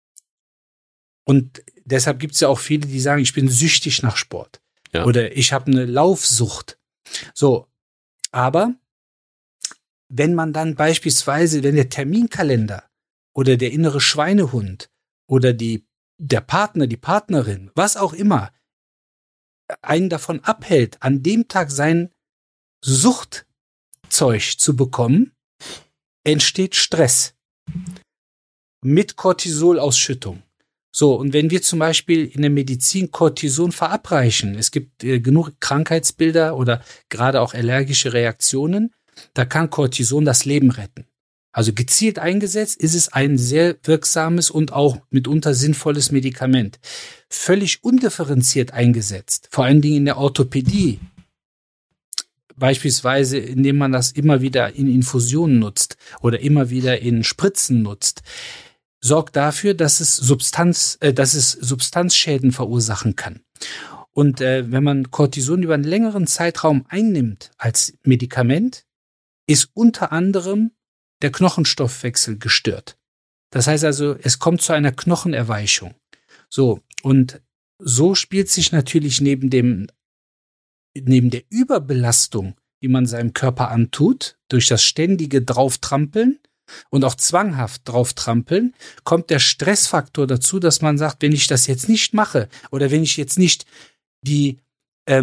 Und deshalb gibt es ja auch viele, die sagen, ich bin süchtig nach Sport. Ja. Oder ich habe eine Laufsucht. So, aber wenn man dann beispielsweise, wenn der Terminkalender oder der innere Schweinehund oder der Partner, die Partnerin, was auch immer, einen davon abhält, an dem Tag sein Suchtzeug zu bekommen, entsteht Stress mit Cortisolausschüttung. So, und wenn wir zum Beispiel in der Medizin Cortison verabreichen, es gibt genug Krankheitsbilder oder gerade auch allergische Reaktionen, da kann Cortison das Leben retten. Also gezielt eingesetzt ist es ein sehr wirksames und auch mitunter sinnvolles Medikament. Völlig undifferenziert eingesetzt, vor allen Dingen in der Orthopädie, beispielsweise indem man das immer wieder in Infusionen nutzt oder immer wieder in Spritzen nutzt, sorgt dafür, dass es Substanzschäden verursachen kann. Und wenn man Cortison über einen längeren Zeitraum einnimmt als Medikament, ist unter anderem der Knochenstoffwechsel gestört. Das heißt also, es kommt zu einer Knochenerweichung. So, und so spielt sich natürlich neben der Überbelastung, die man seinem Körper antut, durch das ständige Drauftrampeln und auch zwanghaft drauftrampeln, kommt der Stressfaktor dazu, dass man sagt, wenn ich das jetzt nicht mache oder wenn ich jetzt nicht die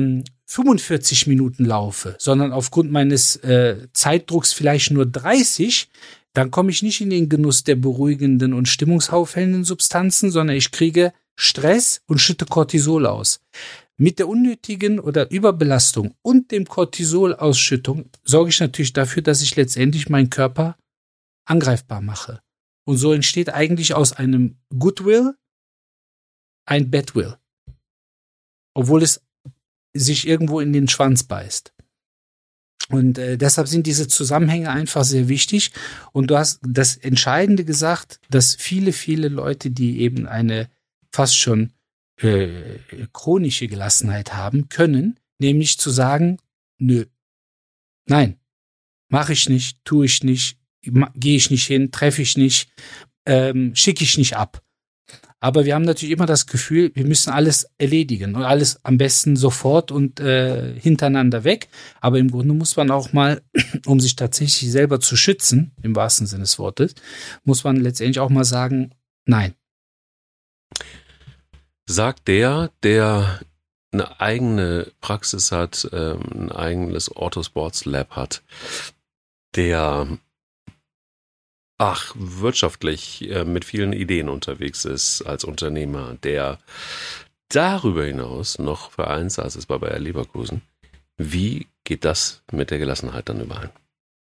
45 Minuten laufe, sondern aufgrund meines Zeitdrucks vielleicht nur 30, dann komme ich nicht in den Genuss der beruhigenden und stimmungsaufhellenden Substanzen, sondern ich kriege Stress und schütte Cortisol aus. Mit der unnötigen oder Überbelastung und dem Cortisolausschüttung sorge ich natürlich dafür, dass ich letztendlich meinen Körper angreifbar mache. Und so entsteht eigentlich aus einem Goodwill ein Badwill. Obwohl es sich irgendwo in den Schwanz beißt. Und deshalb sind diese Zusammenhänge einfach sehr wichtig. Und du hast das Entscheidende gesagt, dass viele, viele Leute, die eben eine fast schon chronische Gelassenheit haben, können, nämlich zu sagen, nö, nein, mache ich nicht, tue ich nicht, gehe ich nicht hin, treffe ich nicht, schicke ich nicht ab. Aber wir haben natürlich immer das Gefühl, wir müssen alles erledigen und alles am besten sofort und hintereinander weg. Aber im Grunde muss man auch mal, um sich tatsächlich selber zu schützen, im wahrsten Sinne des Wortes, muss man letztendlich auch mal sagen, nein. Sagt der eine eigene Praxis hat, ein eigenes Autosports Lab hat, der wirtschaftlich mit vielen Ideen unterwegs ist als Unternehmer, der darüber hinaus noch Vereinsarzt ist bei Bayer Leverkusen. Wie geht das mit der Gelassenheit dann überein?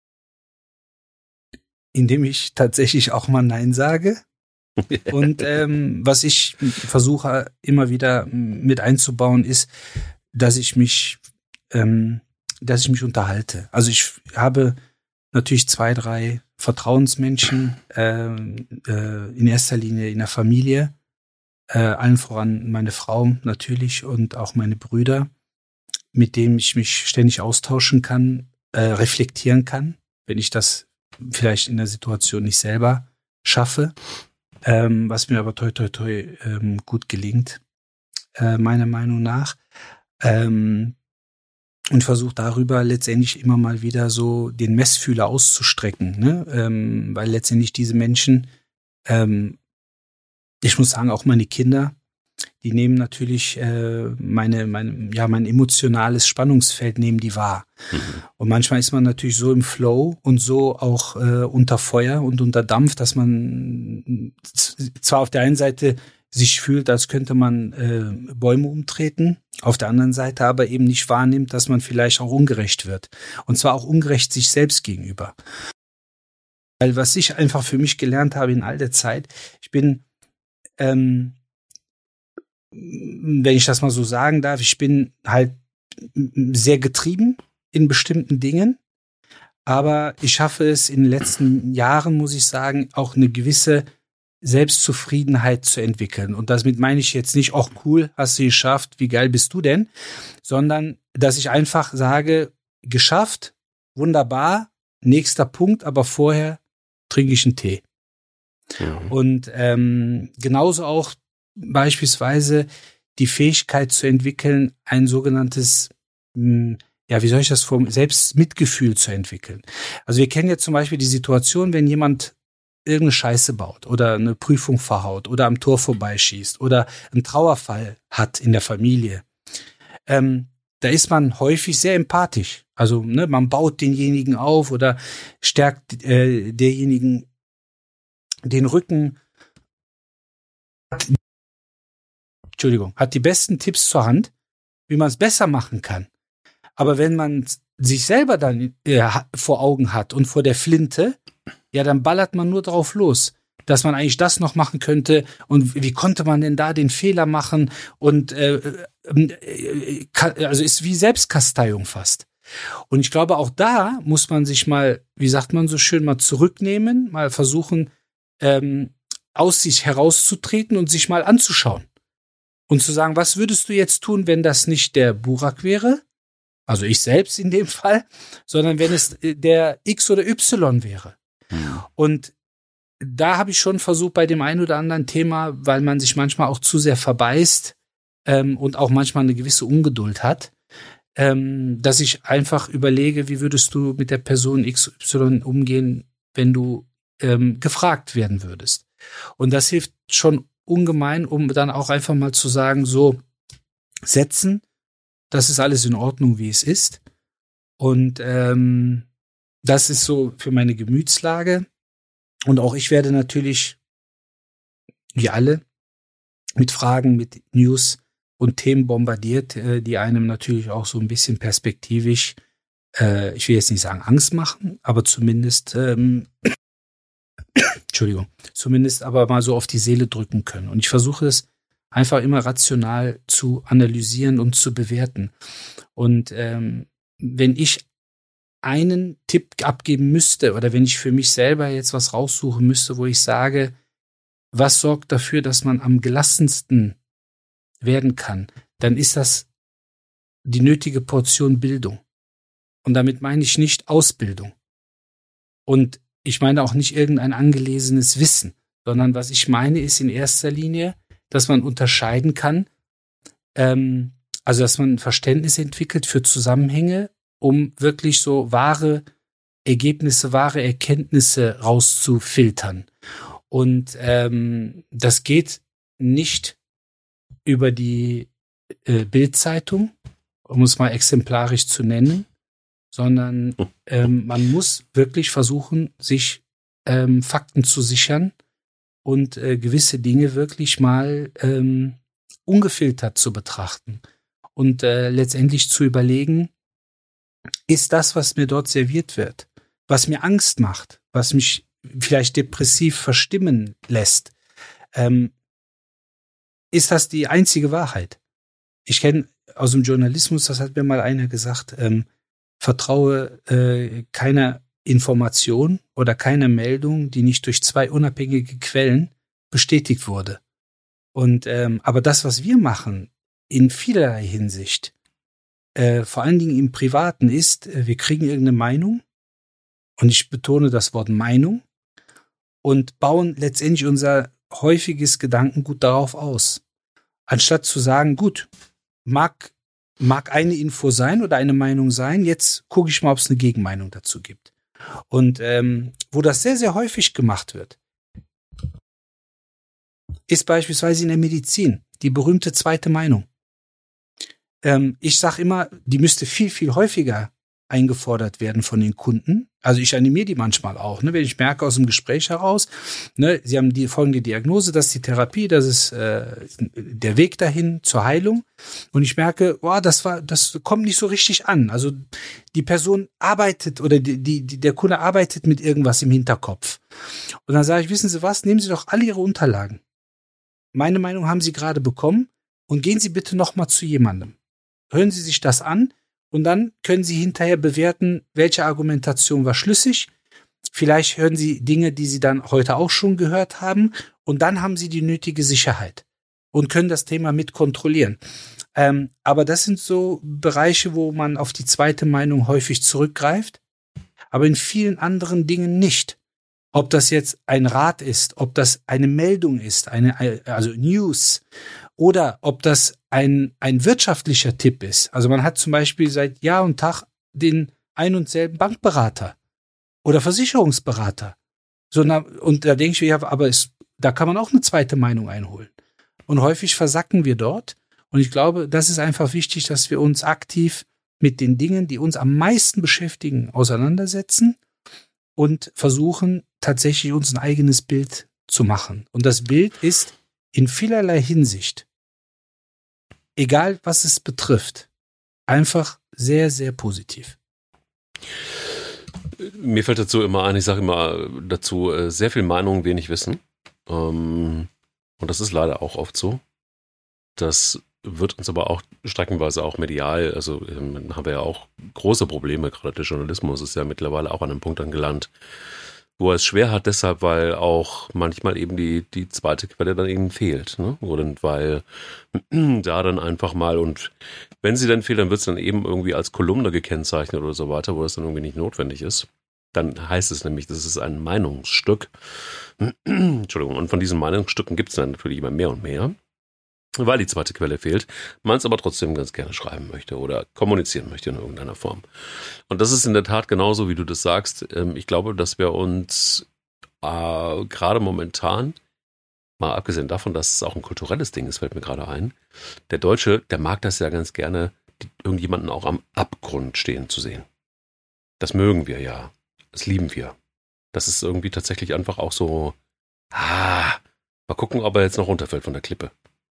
Indem ich tatsächlich auch mal Nein sage. Und was ich versuche immer wieder mit einzubauen, ist, dass ich mich unterhalte. Also ich habe natürlich 2, 3 Vertrauensmenschen, in erster Linie in der Familie, allen voran meine Frau natürlich und auch meine Brüder, mit denen ich mich ständig austauschen kann, reflektieren kann, wenn ich das vielleicht in der Situation nicht selber schaffe, was mir aber toi toi toi gut gelingt, meiner Meinung nach. Und versuche darüber letztendlich immer mal wieder so den Messfühler auszustrecken, ne? Weil letztendlich diese Menschen, ich muss sagen, auch meine Kinder, die nehmen natürlich mein emotionales Spannungsfeld nehmen die wahr. Mhm. Und manchmal ist man natürlich so im Flow und so auch unter Feuer und unter Dampf, dass man zwar auf der einen Seite sich fühlt, als könnte man Bäume umtreten, auf der anderen Seite aber eben nicht wahrnimmt, dass man vielleicht auch ungerecht wird. Und zwar auch ungerecht sich selbst gegenüber. Weil was ich einfach für mich gelernt habe in all der Zeit, ich bin, wenn ich das mal so sagen darf, ich bin halt sehr getrieben in bestimmten Dingen, aber ich schaffe es in den letzten Jahren, muss ich sagen, auch eine gewisse Selbstzufriedenheit zu entwickeln. Und damit meine ich jetzt nicht, ach cool, hast du geschafft, wie geil bist du denn? Sondern, dass ich einfach sage, geschafft, wunderbar, nächster Punkt, aber vorher trinke ich einen Tee. Ja. Und genauso auch beispielsweise die Fähigkeit zu entwickeln, ein sogenanntes, Selbstmitgefühl zu entwickeln. Also wir kennen jetzt zum Beispiel die Situation, wenn jemand irgendeine Scheiße baut oder eine Prüfung verhaut oder am Tor vorbeischießt oder einen Trauerfall hat in der Familie, da ist man häufig sehr empathisch. Also man baut denjenigen auf oder stärkt derjenigen den Rücken, hat die besten Tipps zur Hand, wie man es besser machen kann. Aber wenn man sich selber dann vor Augen hat und vor der Flinte, ja, dann ballert man nur drauf los, dass man eigentlich das noch machen könnte und wie konnte man denn da den Fehler machen und also ist wie Selbstkasteiung fast. Und ich glaube, auch da muss man sich mal, wie sagt man so schön, mal zurücknehmen, mal versuchen, aus sich herauszutreten und sich mal anzuschauen und zu sagen, was würdest du jetzt tun, wenn das nicht der Burak wäre, also ich selbst in dem Fall, sondern wenn es der X oder Y wäre. Und da habe ich schon versucht, bei dem einen oder anderen Thema, weil man sich manchmal auch zu sehr verbeißt und auch manchmal eine gewisse Ungeduld hat, dass ich einfach überlege, wie würdest du mit der Person XY umgehen, wenn du gefragt werden würdest. Und das hilft schon ungemein, um dann auch einfach mal zu sagen, so setzen, das ist alles in Ordnung, wie es ist. Und das ist so für meine Gemütslage. Und auch ich werde natürlich, wie alle, mit Fragen, mit News und Themen bombardiert, die einem natürlich auch so ein bisschen perspektivisch, ich will jetzt nicht sagen Angst machen, aber zumindest, zumindest aber mal so auf die Seele drücken können. Und ich versuche es einfach immer rational zu analysieren und zu bewerten. Und wenn ich einen Tipp abgeben müsste oder wenn ich für mich selber jetzt was raussuchen müsste, wo ich sage, was sorgt dafür, dass man am gelassensten werden kann, dann ist das die nötige Portion Bildung. Und damit meine ich nicht Ausbildung. Und ich meine auch nicht irgendein angelesenes Wissen, sondern was ich meine ist in erster Linie, dass man unterscheiden kann, also dass man ein Verständnis entwickelt für Zusammenhänge, um wirklich so wahre Ergebnisse, wahre Erkenntnisse rauszufiltern. Und das geht nicht über die Bild-Zeitung, um es mal exemplarisch zu nennen, sondern man muss wirklich versuchen, sich Fakten zu sichern und gewisse Dinge wirklich mal ungefiltert zu betrachten und letztendlich zu überlegen, ist das, was mir dort serviert wird, was mir Angst macht, was mich vielleicht depressiv verstimmen lässt, ist das die einzige Wahrheit? Ich kenne aus dem Journalismus, das hat mir mal einer gesagt, vertraue keiner Information oder keiner Meldung, die nicht durch 2 unabhängige Quellen bestätigt wurde. Und aber das, was wir machen, in vielerlei Hinsicht, vor allen Dingen im Privaten ist, wir kriegen irgendeine Meinung, und ich betone das Wort Meinung, und bauen letztendlich unser häufiges Gedankengut darauf aus. Anstatt zu sagen, gut, mag eine Info sein oder eine Meinung sein, jetzt gucke ich mal, ob es eine Gegenmeinung dazu gibt. Und wo das sehr, sehr häufig gemacht wird, ist beispielsweise in der Medizin die berühmte zweite Meinung. Ich sage immer, die müsste viel, viel häufiger eingefordert werden von den Kunden. Also ich animiere die manchmal auch, ne, wenn ich merke aus dem Gespräch heraus, ne, sie haben die folgende Diagnose, das ist die Therapie, das ist der Weg dahin zur Heilung. Und ich merke, boah, das kommt nicht so richtig an. Also die Person arbeitet oder der Kunde arbeitet mit irgendwas im Hinterkopf. Und dann sage ich, wissen Sie was, nehmen Sie doch alle Ihre Unterlagen. Meine Meinung haben Sie gerade bekommen und gehen Sie bitte noch mal zu jemandem. Hören Sie sich das an. Und dann können Sie hinterher bewerten, welche Argumentation war schlüssig. Vielleicht hören Sie Dinge, die Sie dann heute auch schon gehört haben. Und dann haben Sie die nötige Sicherheit und können das Thema mit kontrollieren. Aber das sind so Bereiche, wo man auf die zweite Meinung häufig zurückgreift, aber in vielen anderen Dingen nicht. Ob das jetzt ein Rat ist, ob das eine Meldung ist, also News, oder ob das ein wirtschaftlicher Tipp ist. Also man hat zum Beispiel seit Jahr und Tag den ein und selben Bankberater oder Versicherungsberater. Und da denke ich mir, ja, aber da kann man auch eine zweite Meinung einholen. Und häufig versacken wir dort. Und ich glaube, das ist einfach wichtig, dass wir uns aktiv mit den Dingen, die uns am meisten beschäftigen, auseinandersetzen und versuchen, tatsächlich uns ein eigenes Bild zu machen. Und das Bild ist in vielerlei Hinsicht, egal was es betrifft, einfach sehr, sehr positiv. Mir fällt dazu immer ein, ich sage immer dazu, sehr viel Meinung, wenig Wissen. Und das ist leider auch oft so. Das wird uns aber auch streckenweise auch medial, also haben wir ja auch große Probleme, gerade der Journalismus ist ja mittlerweile auch an einem Punkt angelangt, wo er es schwer hat, deshalb, weil auch manchmal eben die zweite Quelle dann eben fehlt, ne? Oder weil da dann einfach mal, und wenn sie dann fehlt, dann wird es dann eben irgendwie als Kolumne gekennzeichnet oder so weiter, wo das dann irgendwie nicht notwendig ist. Dann heißt es nämlich, das ist ein Meinungsstück. Entschuldigung, und von diesen Meinungsstücken gibt es dann natürlich immer mehr und mehr, weil die zweite Quelle fehlt, man es aber trotzdem ganz gerne schreiben möchte oder kommunizieren möchte in irgendeiner Form. Und das ist in der Tat genauso, wie du das sagst. Ich glaube, dass wir uns gerade momentan, mal abgesehen davon, dass es auch ein kulturelles Ding ist, fällt mir gerade ein, der Deutsche, der mag das ja ganz gerne, irgendjemanden auch am Abgrund stehen zu sehen. Das mögen wir ja. Das lieben wir. Das ist irgendwie tatsächlich einfach auch so, mal gucken, ob er jetzt noch runterfällt von der Klippe.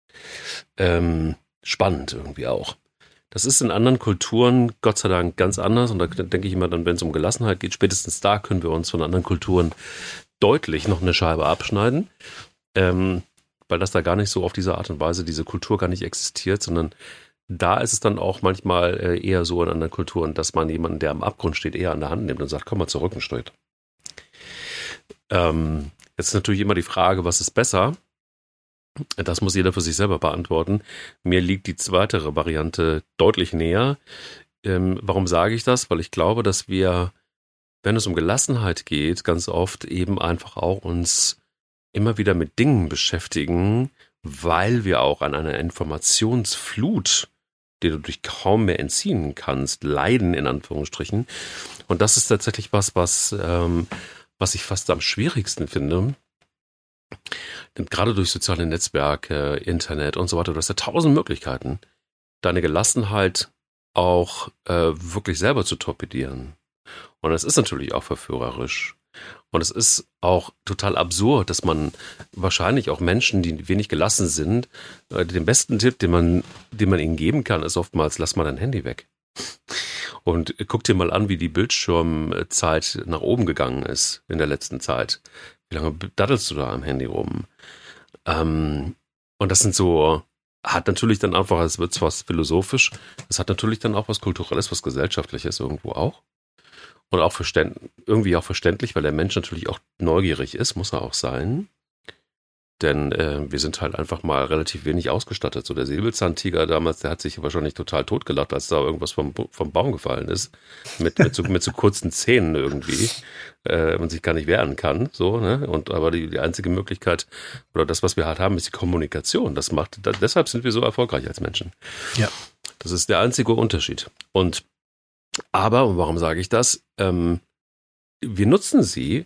Spannend irgendwie auch. Das ist in anderen Kulturen Gott sei Dank ganz anders und da denke ich immer dann, wenn es um Gelassenheit geht, spätestens da können wir uns von anderen Kulturen deutlich noch eine Scheibe abschneiden, weil das da gar nicht so auf diese Art und Weise, diese Kultur gar nicht existiert, sondern da ist es dann auch manchmal eher so in anderen Kulturen, dass man jemanden, der am Abgrund steht, eher an der Hand nimmt und sagt, komm mal zurück und steht. Jetzt ist natürlich immer die Frage, was ist besser? Das muss jeder für sich selber beantworten. Mir liegt die zweite Variante deutlich näher. Warum sage ich das? Weil ich glaube, dass wir, wenn es um Gelassenheit geht, ganz oft eben einfach auch uns immer wieder mit Dingen beschäftigen, weil wir auch an einer Informationsflut, die du dich kaum mehr entziehen kannst, leiden in Anführungsstrichen. Und das ist tatsächlich was ich fast am schwierigsten finde. Denn gerade durch soziale Netzwerke, Internet und so weiter, du hast ja 1000 Möglichkeiten, deine Gelassenheit auch wirklich selber zu torpedieren. Und es ist natürlich auch verführerisch. Und es ist auch total absurd, dass man wahrscheinlich auch Menschen, die wenig gelassen sind, den besten Tipp, den man ihnen geben kann, ist oftmals, lass mal dein Handy weg. Und guck dir mal an, wie die Bildschirmzeit nach oben gegangen ist in der letzten Zeit. Wie lange daddelst du da am Handy rum? Und das sind so, hat natürlich dann einfach, es wird zwar philosophisch, es hat natürlich dann auch was Kulturelles, was Gesellschaftliches irgendwo auch. Und auch irgendwie auch verständlich, weil der Mensch natürlich auch neugierig ist, muss er auch sein. Denn wir sind halt einfach mal relativ wenig ausgestattet. So der Säbelzahntiger damals, der hat sich wahrscheinlich total totgelacht, als da irgendwas vom Baum gefallen ist. Mit so kurzen Zähnen irgendwie. Und sich gar nicht wehren kann. So, ne? Aber die einzige Möglichkeit, oder das, was wir halt haben, ist die Kommunikation. Deshalb sind wir so erfolgreich als Menschen. Ja. Das ist der einzige Unterschied. Und warum sage ich das? Wir nutzen sie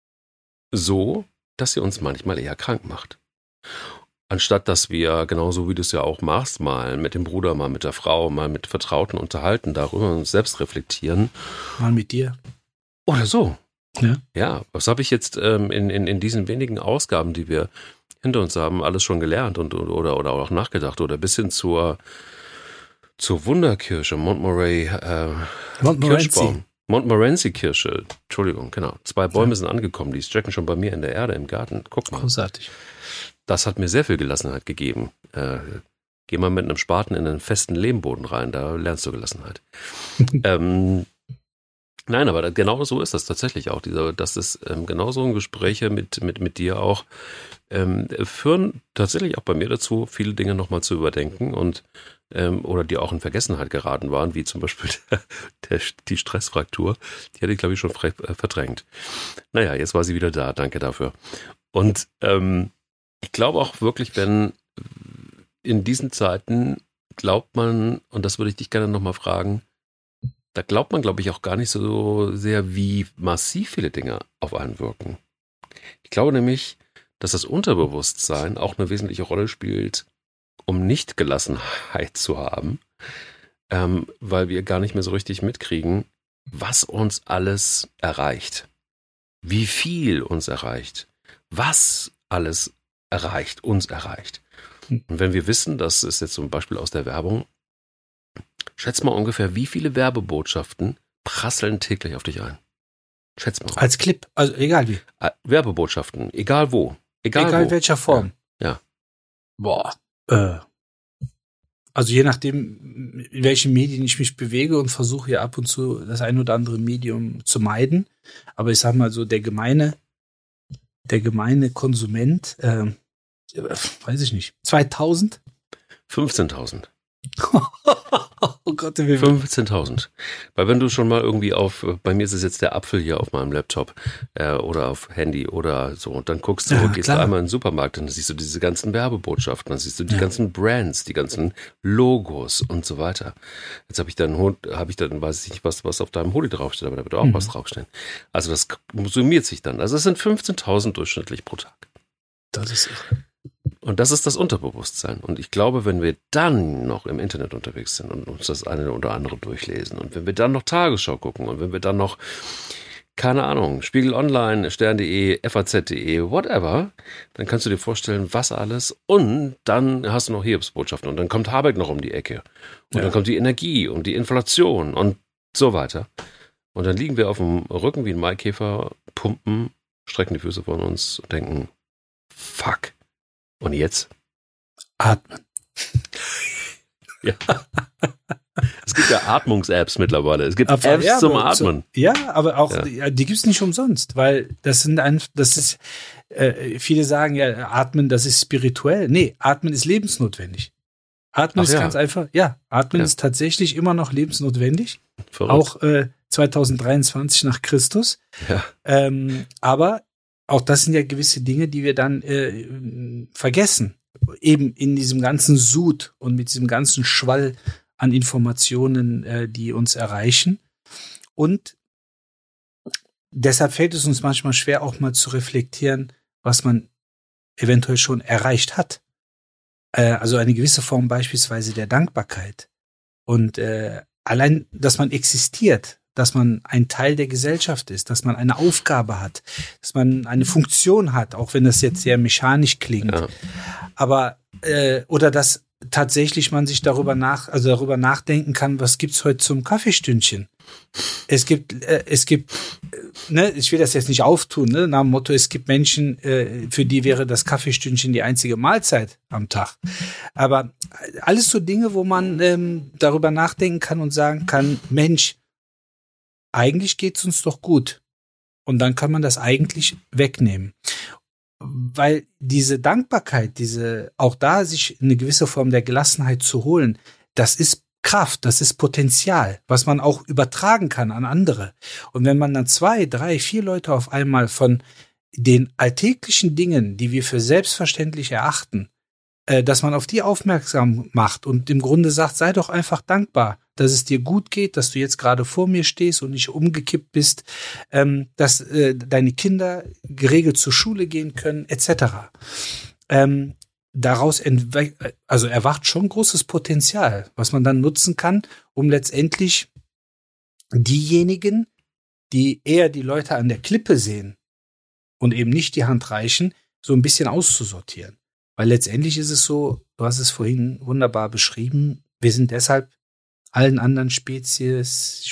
so, dass sie uns manchmal eher krank macht. Anstatt dass wir, genauso wie du es ja auch machst, mal mit dem Bruder, mal mit der Frau, mal mit Vertrauten unterhalten, darüber uns selbst reflektieren. Mal mit dir. Oder so. Ja, was habe ich jetzt in diesen wenigen Ausgaben, die wir hinter uns haben, alles schon gelernt oder auch nachgedacht oder bis hin zur Wunderkirsche, Montmorency-Kirsche, Entschuldigung, genau. 2 Bäume sind angekommen, die stecken schon bei mir in der Erde im Garten. Guck mal. Großartig. Das hat mir sehr viel Gelassenheit gegeben. Geh mal mit einem Spaten in einen festen Lehmboden rein, da lernst du Gelassenheit. Nein, aber genau so ist das tatsächlich auch. Das ist genau so ein Gespräche mit dir auch führen tatsächlich auch bei mir dazu, viele Dinge nochmal zu überdenken und oder die auch in Vergessenheit geraten waren, wie zum Beispiel die Stressfraktur. Die hatte ich, glaube ich, schon verdrängt. Naja, jetzt war sie wieder da. Danke dafür. Und ich glaube auch wirklich, wenn in diesen Zeiten glaubt man, und das würde ich dich gerne nochmal fragen, da glaubt man, glaube ich, auch gar nicht so sehr, wie massiv viele Dinge auf einen wirken. Ich glaube nämlich, dass das Unterbewusstsein auch eine wesentliche Rolle spielt, um nicht Gelassenheit zu haben, weil wir gar nicht mehr so richtig mitkriegen, was uns alles erreicht, wie viel uns erreicht, was alles uns erreicht. Und wenn wir wissen, das ist jetzt zum Beispiel aus der Werbung, schätz mal ungefähr, wie viele Werbebotschaften prasseln täglich auf dich ein. Schätz mal. Als Clip, also egal wie. Werbebotschaften, egal wo. Egal in welcher Form. Ja. Boah. Also je nachdem, in welchen Medien ich mich bewege und versuche ja ab und zu das ein oder andere Medium zu meiden. Aber ich sag mal so, der gemeine Konsument, weiß ich nicht, 2000? 15.000. Oh Gott, 15.000. Weil wenn du schon mal irgendwie bei mir ist es jetzt der Apfel hier auf meinem Laptop oder auf Handy oder so und dann guckst du, gehst du einmal in den Supermarkt und dann siehst du diese ganzen Werbebotschaften, dann siehst du die ganzen Brands, die ganzen Logos und so weiter. Jetzt habe ich dann weiß ich nicht, was auf deinem Hoodie draufsteht, aber da wird auch was draufstehen. Also das summiert sich dann. Also es sind 15.000 durchschnittlich pro Tag. Das ist Und das ist das Unterbewusstsein. Und ich glaube, wenn wir dann noch im Internet unterwegs sind und uns das eine oder andere durchlesen und wenn wir dann noch Tagesschau gucken und wenn wir dann noch, keine Ahnung, Spiegel Online, Stern.de, FAZ.de, whatever, dann kannst du dir vorstellen, was alles. Und dann hast du noch Hiobsbotschaften und dann kommt Habeck noch um die Ecke. Und dann kommt die Energie und die Inflation und so weiter. Und dann liegen wir auf dem Rücken wie ein Maikäfer, pumpen, strecken die Füße von uns und denken, fuck. Und jetzt? Atmen. Ja. Es gibt ja Atmungs-Apps mittlerweile. Es gibt Apps zum Atmen. Aber auch, die gibt's nicht umsonst, weil viele sagen ja, Atmen, das ist spirituell. Nee, Atmen ist lebensnotwendig. Atmen ist ganz einfach, Atmen ist tatsächlich immer noch lebensnotwendig. Verrückt. Auch 2023 nach Christus. Ja. Aber auch das sind ja gewisse Dinge, die wir dann vergessen. Eben in diesem ganzen Sud und mit diesem ganzen Schwall an Informationen, die uns erreichen. Und deshalb fällt es uns manchmal schwer, auch mal zu reflektieren, was man eventuell schon erreicht hat. Also eine gewisse Form beispielsweise der Dankbarkeit. Und allein, dass man existiert, dass man ein Teil der Gesellschaft ist, dass man eine Aufgabe hat, dass man eine Funktion hat, auch wenn das jetzt sehr mechanisch klingt. Ja. Aber oder dass tatsächlich man sich darüber nachdenken kann, was gibt's heute zum Kaffeestündchen? Es gibt, ne, ich will das jetzt nicht auftun, ne, nach dem Motto, es gibt Menschen, für die wäre das Kaffeestündchen die einzige Mahlzeit am Tag. Aber alles so Dinge, wo man darüber nachdenken kann und sagen kann, Mensch, eigentlich geht's uns doch gut. Und dann kann man das eigentlich wegnehmen. Weil diese Dankbarkeit, auch da sich eine gewisse Form der Gelassenheit zu holen, das ist Kraft, das ist Potenzial, was man auch übertragen kann an andere. Und wenn man dann 2, 3, 4 Leute auf einmal von den alltäglichen Dingen, die wir für selbstverständlich erachten, dass man auf die aufmerksam macht und im Grunde sagt, sei doch einfach dankbar, dass es dir gut geht, dass du jetzt gerade vor mir stehst und nicht umgekippt bist, dass deine Kinder geregelt zur Schule gehen können, etc. Daraus erwacht schon großes Potenzial, was man dann nutzen kann, um letztendlich diejenigen, die eher die Leute an der Klippe sehen und eben nicht die Hand reichen, so ein bisschen auszusortieren. Weil letztendlich ist es so, du hast es vorhin wunderbar beschrieben, wir sind deshalb allen anderen Spezies,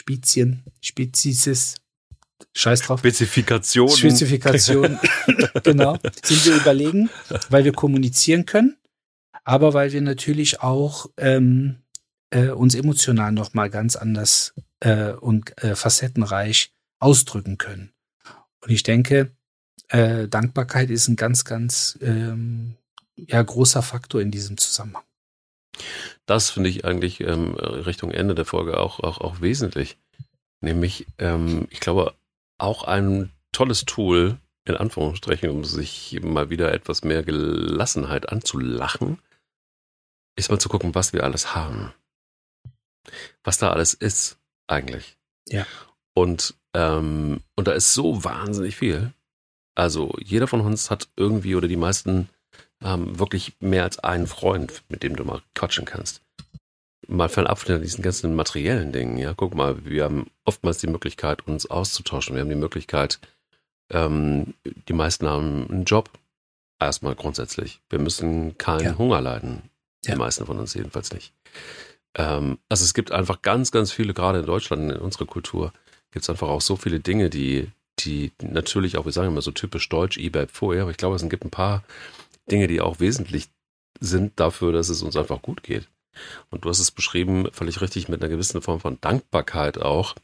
scheiß drauf. Spezifikationen, genau, sind wir überlegen, weil wir kommunizieren können, aber weil wir natürlich auch uns emotional noch mal ganz anders und facettenreich ausdrücken können. Und ich denke, Dankbarkeit ist ein ganz, ganz großer Faktor in diesem Zusammenhang. Das finde ich eigentlich Richtung Ende der Folge auch wesentlich. Nämlich, ich glaube, auch ein tolles Tool, in Anführungsstrichen, um sich mal wieder etwas mehr Gelassenheit anzulachen, ist mal zu gucken, was wir alles haben. Was da alles ist, eigentlich. Ja. Und da ist so wahnsinnig viel. Also jeder von uns hat irgendwie, oder die meisten haben wirklich mehr als einen Freund, mit dem du mal quatschen kannst. Mal fernab von diesen ganzen materiellen Dingen. Ja, guck mal, wir haben oftmals die Möglichkeit, uns auszutauschen. Wir haben die Möglichkeit, die meisten haben einen Job. Erstmal grundsätzlich. Wir müssen keinen Hunger leiden. Die meisten von uns jedenfalls nicht. Also es gibt einfach ganz, ganz viele, gerade in Deutschland, in unserer Kultur, gibt es einfach auch so viele Dinge, die natürlich auch, wir sagen immer so typisch deutsch, eBay vorher, aber ich glaube, es gibt ein paar Dinge, die auch wesentlich sind dafür, dass es uns einfach gut geht. Und du hast es beschrieben, völlig richtig, mit einer gewissen Form von Dankbarkeit auch.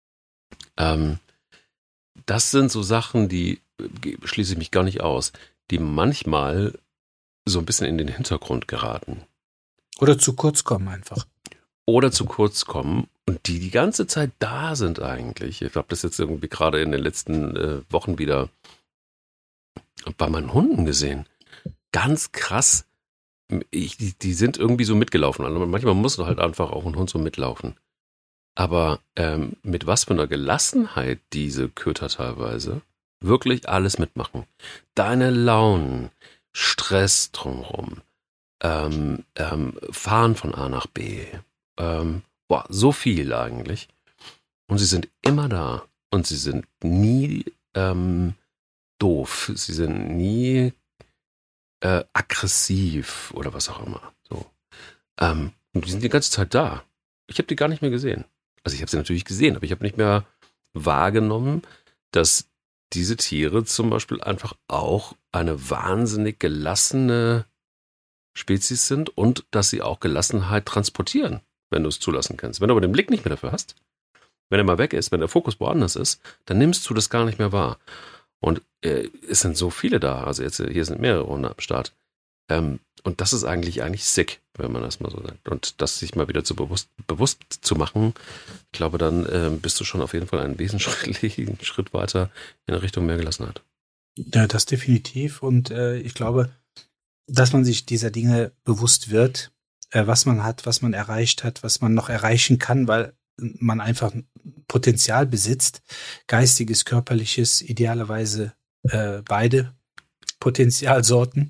Das sind so Sachen, die schließe ich mich gar nicht aus, die manchmal so ein bisschen in den Hintergrund geraten. Oder zu kurz kommen einfach. Oder zu kurz kommen und die ganze Zeit da sind eigentlich. Ich habe das jetzt irgendwie gerade in den letzten Wochen wieder bei meinen Hunden gesehen. Ganz krass. Die sind irgendwie so mitgelaufen. Also manchmal muss halt einfach auch ein Hund so mitlaufen. Aber mit was für einer Gelassenheit diese Köter teilweise wirklich alles mitmachen. Deine Launen, Stress drumherum, Fahren von A nach B, so viel eigentlich. Und sie sind immer da und sie sind nie doof, sie sind nie aggressiv oder was auch immer. So. Und die sind die ganze Zeit da. Ich habe die gar nicht mehr gesehen. Also ich habe sie natürlich gesehen, aber ich habe nicht mehr wahrgenommen, dass diese Tiere zum Beispiel einfach auch eine wahnsinnig gelassene Spezies sind und dass sie auch Gelassenheit transportieren, wenn du es zulassen kannst. Wenn du aber den Blick nicht mehr dafür hast, wenn er mal weg ist, wenn der Fokus woanders ist, dann nimmst du das gar nicht mehr wahr. Und es sind so viele da, also jetzt hier sind mehrere Hunde am Start. Und das ist eigentlich sick, wenn man das mal so sagt. Und das sich mal wieder bewusst zu machen, ich glaube, dann bist du schon auf jeden Fall einen wesentlichen Schritt weiter in Richtung mehr Gelassenheit. Ja, das definitiv. Und ich glaube, dass man sich dieser Dinge bewusst wird, was man hat, was man erreicht hat, was man noch erreichen kann, weil man einfach Potenzial besitzt, geistiges, körperliches, idealerweise beide Potenzialsorten.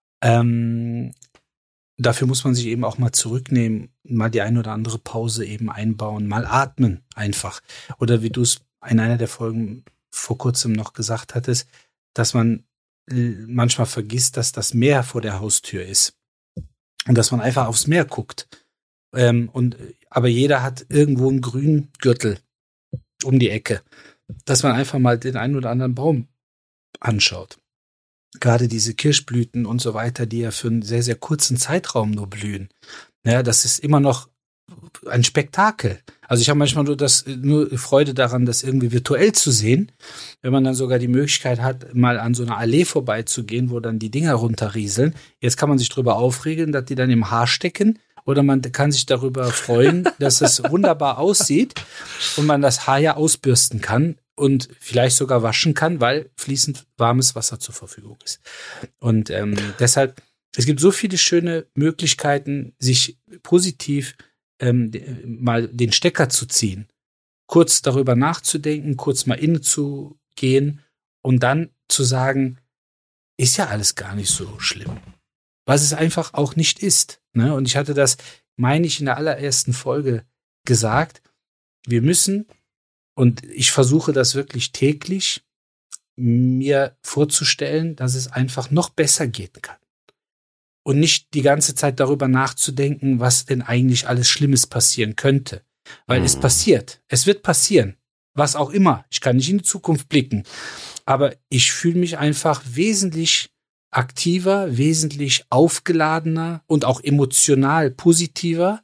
Dafür muss man sich eben auch mal zurücknehmen, mal die ein oder andere Pause eben einbauen, mal atmen einfach. Oder wie du es in einer der Folgen vor kurzem noch gesagt hattest, dass man manchmal vergisst, dass das Meer vor der Haustür ist und dass man einfach aufs Meer guckt. Aber jeder hat irgendwo einen grünen Gürtel um die Ecke, dass man einfach mal den einen oder anderen Baum anschaut. Gerade diese Kirschblüten und so weiter, die ja für einen sehr, sehr kurzen Zeitraum nur blühen. Ja, das ist immer noch ein Spektakel. Also ich habe manchmal nur Freude daran, das irgendwie virtuell zu sehen, wenn man dann sogar die Möglichkeit hat, mal an so einer Allee vorbeizugehen, wo dann die Dinger runterrieseln. Jetzt kann man sich drüber aufregen, dass die dann im Haar stecken, oder man kann sich darüber freuen, dass es wunderbar aussieht und man das Haar ja ausbürsten kann und vielleicht sogar waschen kann, weil fließend warmes Wasser zur Verfügung ist. Und deshalb, es gibt so viele schöne Möglichkeiten, sich positiv mal den Stecker zu ziehen, kurz darüber nachzudenken, kurz mal innezugehen und dann zu sagen, ist ja alles gar nicht so schlimm. Was es einfach auch nicht ist. Ne? Und ich hatte das, meine ich, in der allerersten Folge gesagt, wir müssen, und ich versuche das wirklich täglich, mir vorzustellen, dass es einfach noch besser gehen kann. Und nicht die ganze Zeit darüber nachzudenken, was denn eigentlich alles Schlimmes passieren könnte. Weil es passiert. Es wird passieren. Was auch immer. Ich kann nicht in die Zukunft blicken. Aber ich fühle mich einfach wesentlich aktiver, wesentlich aufgeladener und auch emotional positiver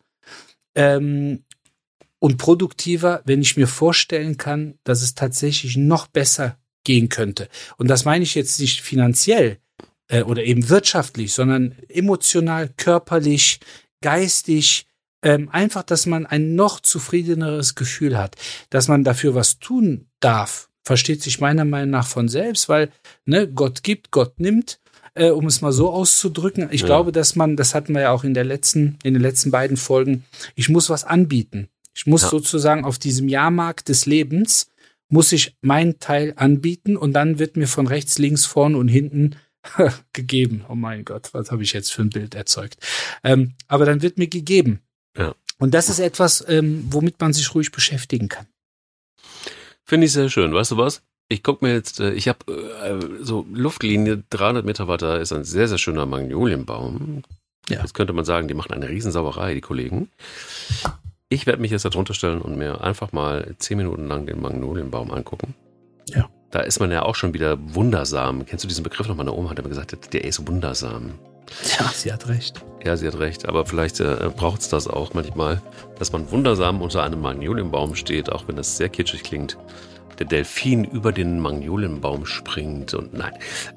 und produktiver, wenn ich mir vorstellen kann, dass es tatsächlich noch besser gehen könnte. Und das meine ich jetzt nicht finanziell oder eben wirtschaftlich, sondern emotional, körperlich, geistig, einfach, dass man ein noch zufriedeneres Gefühl hat, dass man dafür was tun darf, versteht sich meiner Meinung nach von selbst, weil Gott gibt, Gott nimmt, um es mal so auszudrücken. Ich glaube, dass man, das hatten wir ja auch in den letzten beiden Folgen, ich muss was anbieten. Ich muss sozusagen auf diesem Jahrmarkt des Lebens, muss ich meinen Teil anbieten und dann wird mir von rechts, links, vorn und hinten gegeben. Oh mein Gott, was habe ich jetzt für ein Bild erzeugt? Aber dann wird mir gegeben. Ja. Und das ist etwas, womit man sich ruhig beschäftigen kann. Finde ich sehr schön. Weißt du was? Ich gucke mir jetzt, ich habe so Luftlinie 300 Meter weiter ist ein sehr, sehr schöner Magnolienbaum. Ja. Jetzt könnte man sagen, die machen eine Riesensauerei, die Kollegen. Ich werde mich jetzt da drunter stellen und mir einfach mal 10 Minuten lang den Magnolienbaum angucken. Ja. Da ist man ja auch schon wieder wundersam. Kennst du diesen Begriff noch? Meine Oma hat immer gesagt, der ist wundersam. Ja, sie hat recht. Ja, sie hat recht. Aber vielleicht braucht es das auch manchmal, dass man wundersam unter einem Magnolienbaum steht, auch wenn das sehr kitschig klingt. Der Delfin über den Magnolienbaum springt und nein.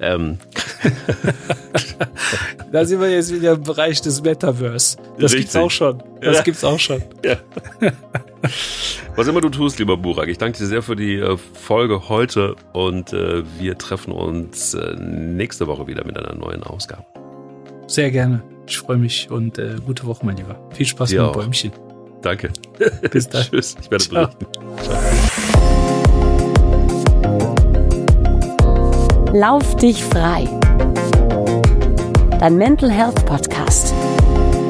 Da sind wir jetzt wieder im Bereich des Metaverse. Das gibt's auch schon. Das gibt's auch schon. Ja. Was immer du tust, lieber Burak, ich danke dir sehr für die Folge heute und wir treffen uns nächste Woche wieder mit einer neuen Ausgabe. Sehr gerne. Ich freue mich und gute Woche, mein Lieber. Viel Spaß mit dem Bäumchen. Danke. Bis dann. Tschüss. Ich werde berichten. Ciao. Lauf dich frei. dein Mental Health Podcast.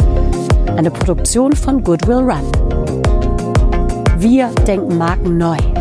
Eine Produktion von Goodwill Run. Wir denken Marken neu.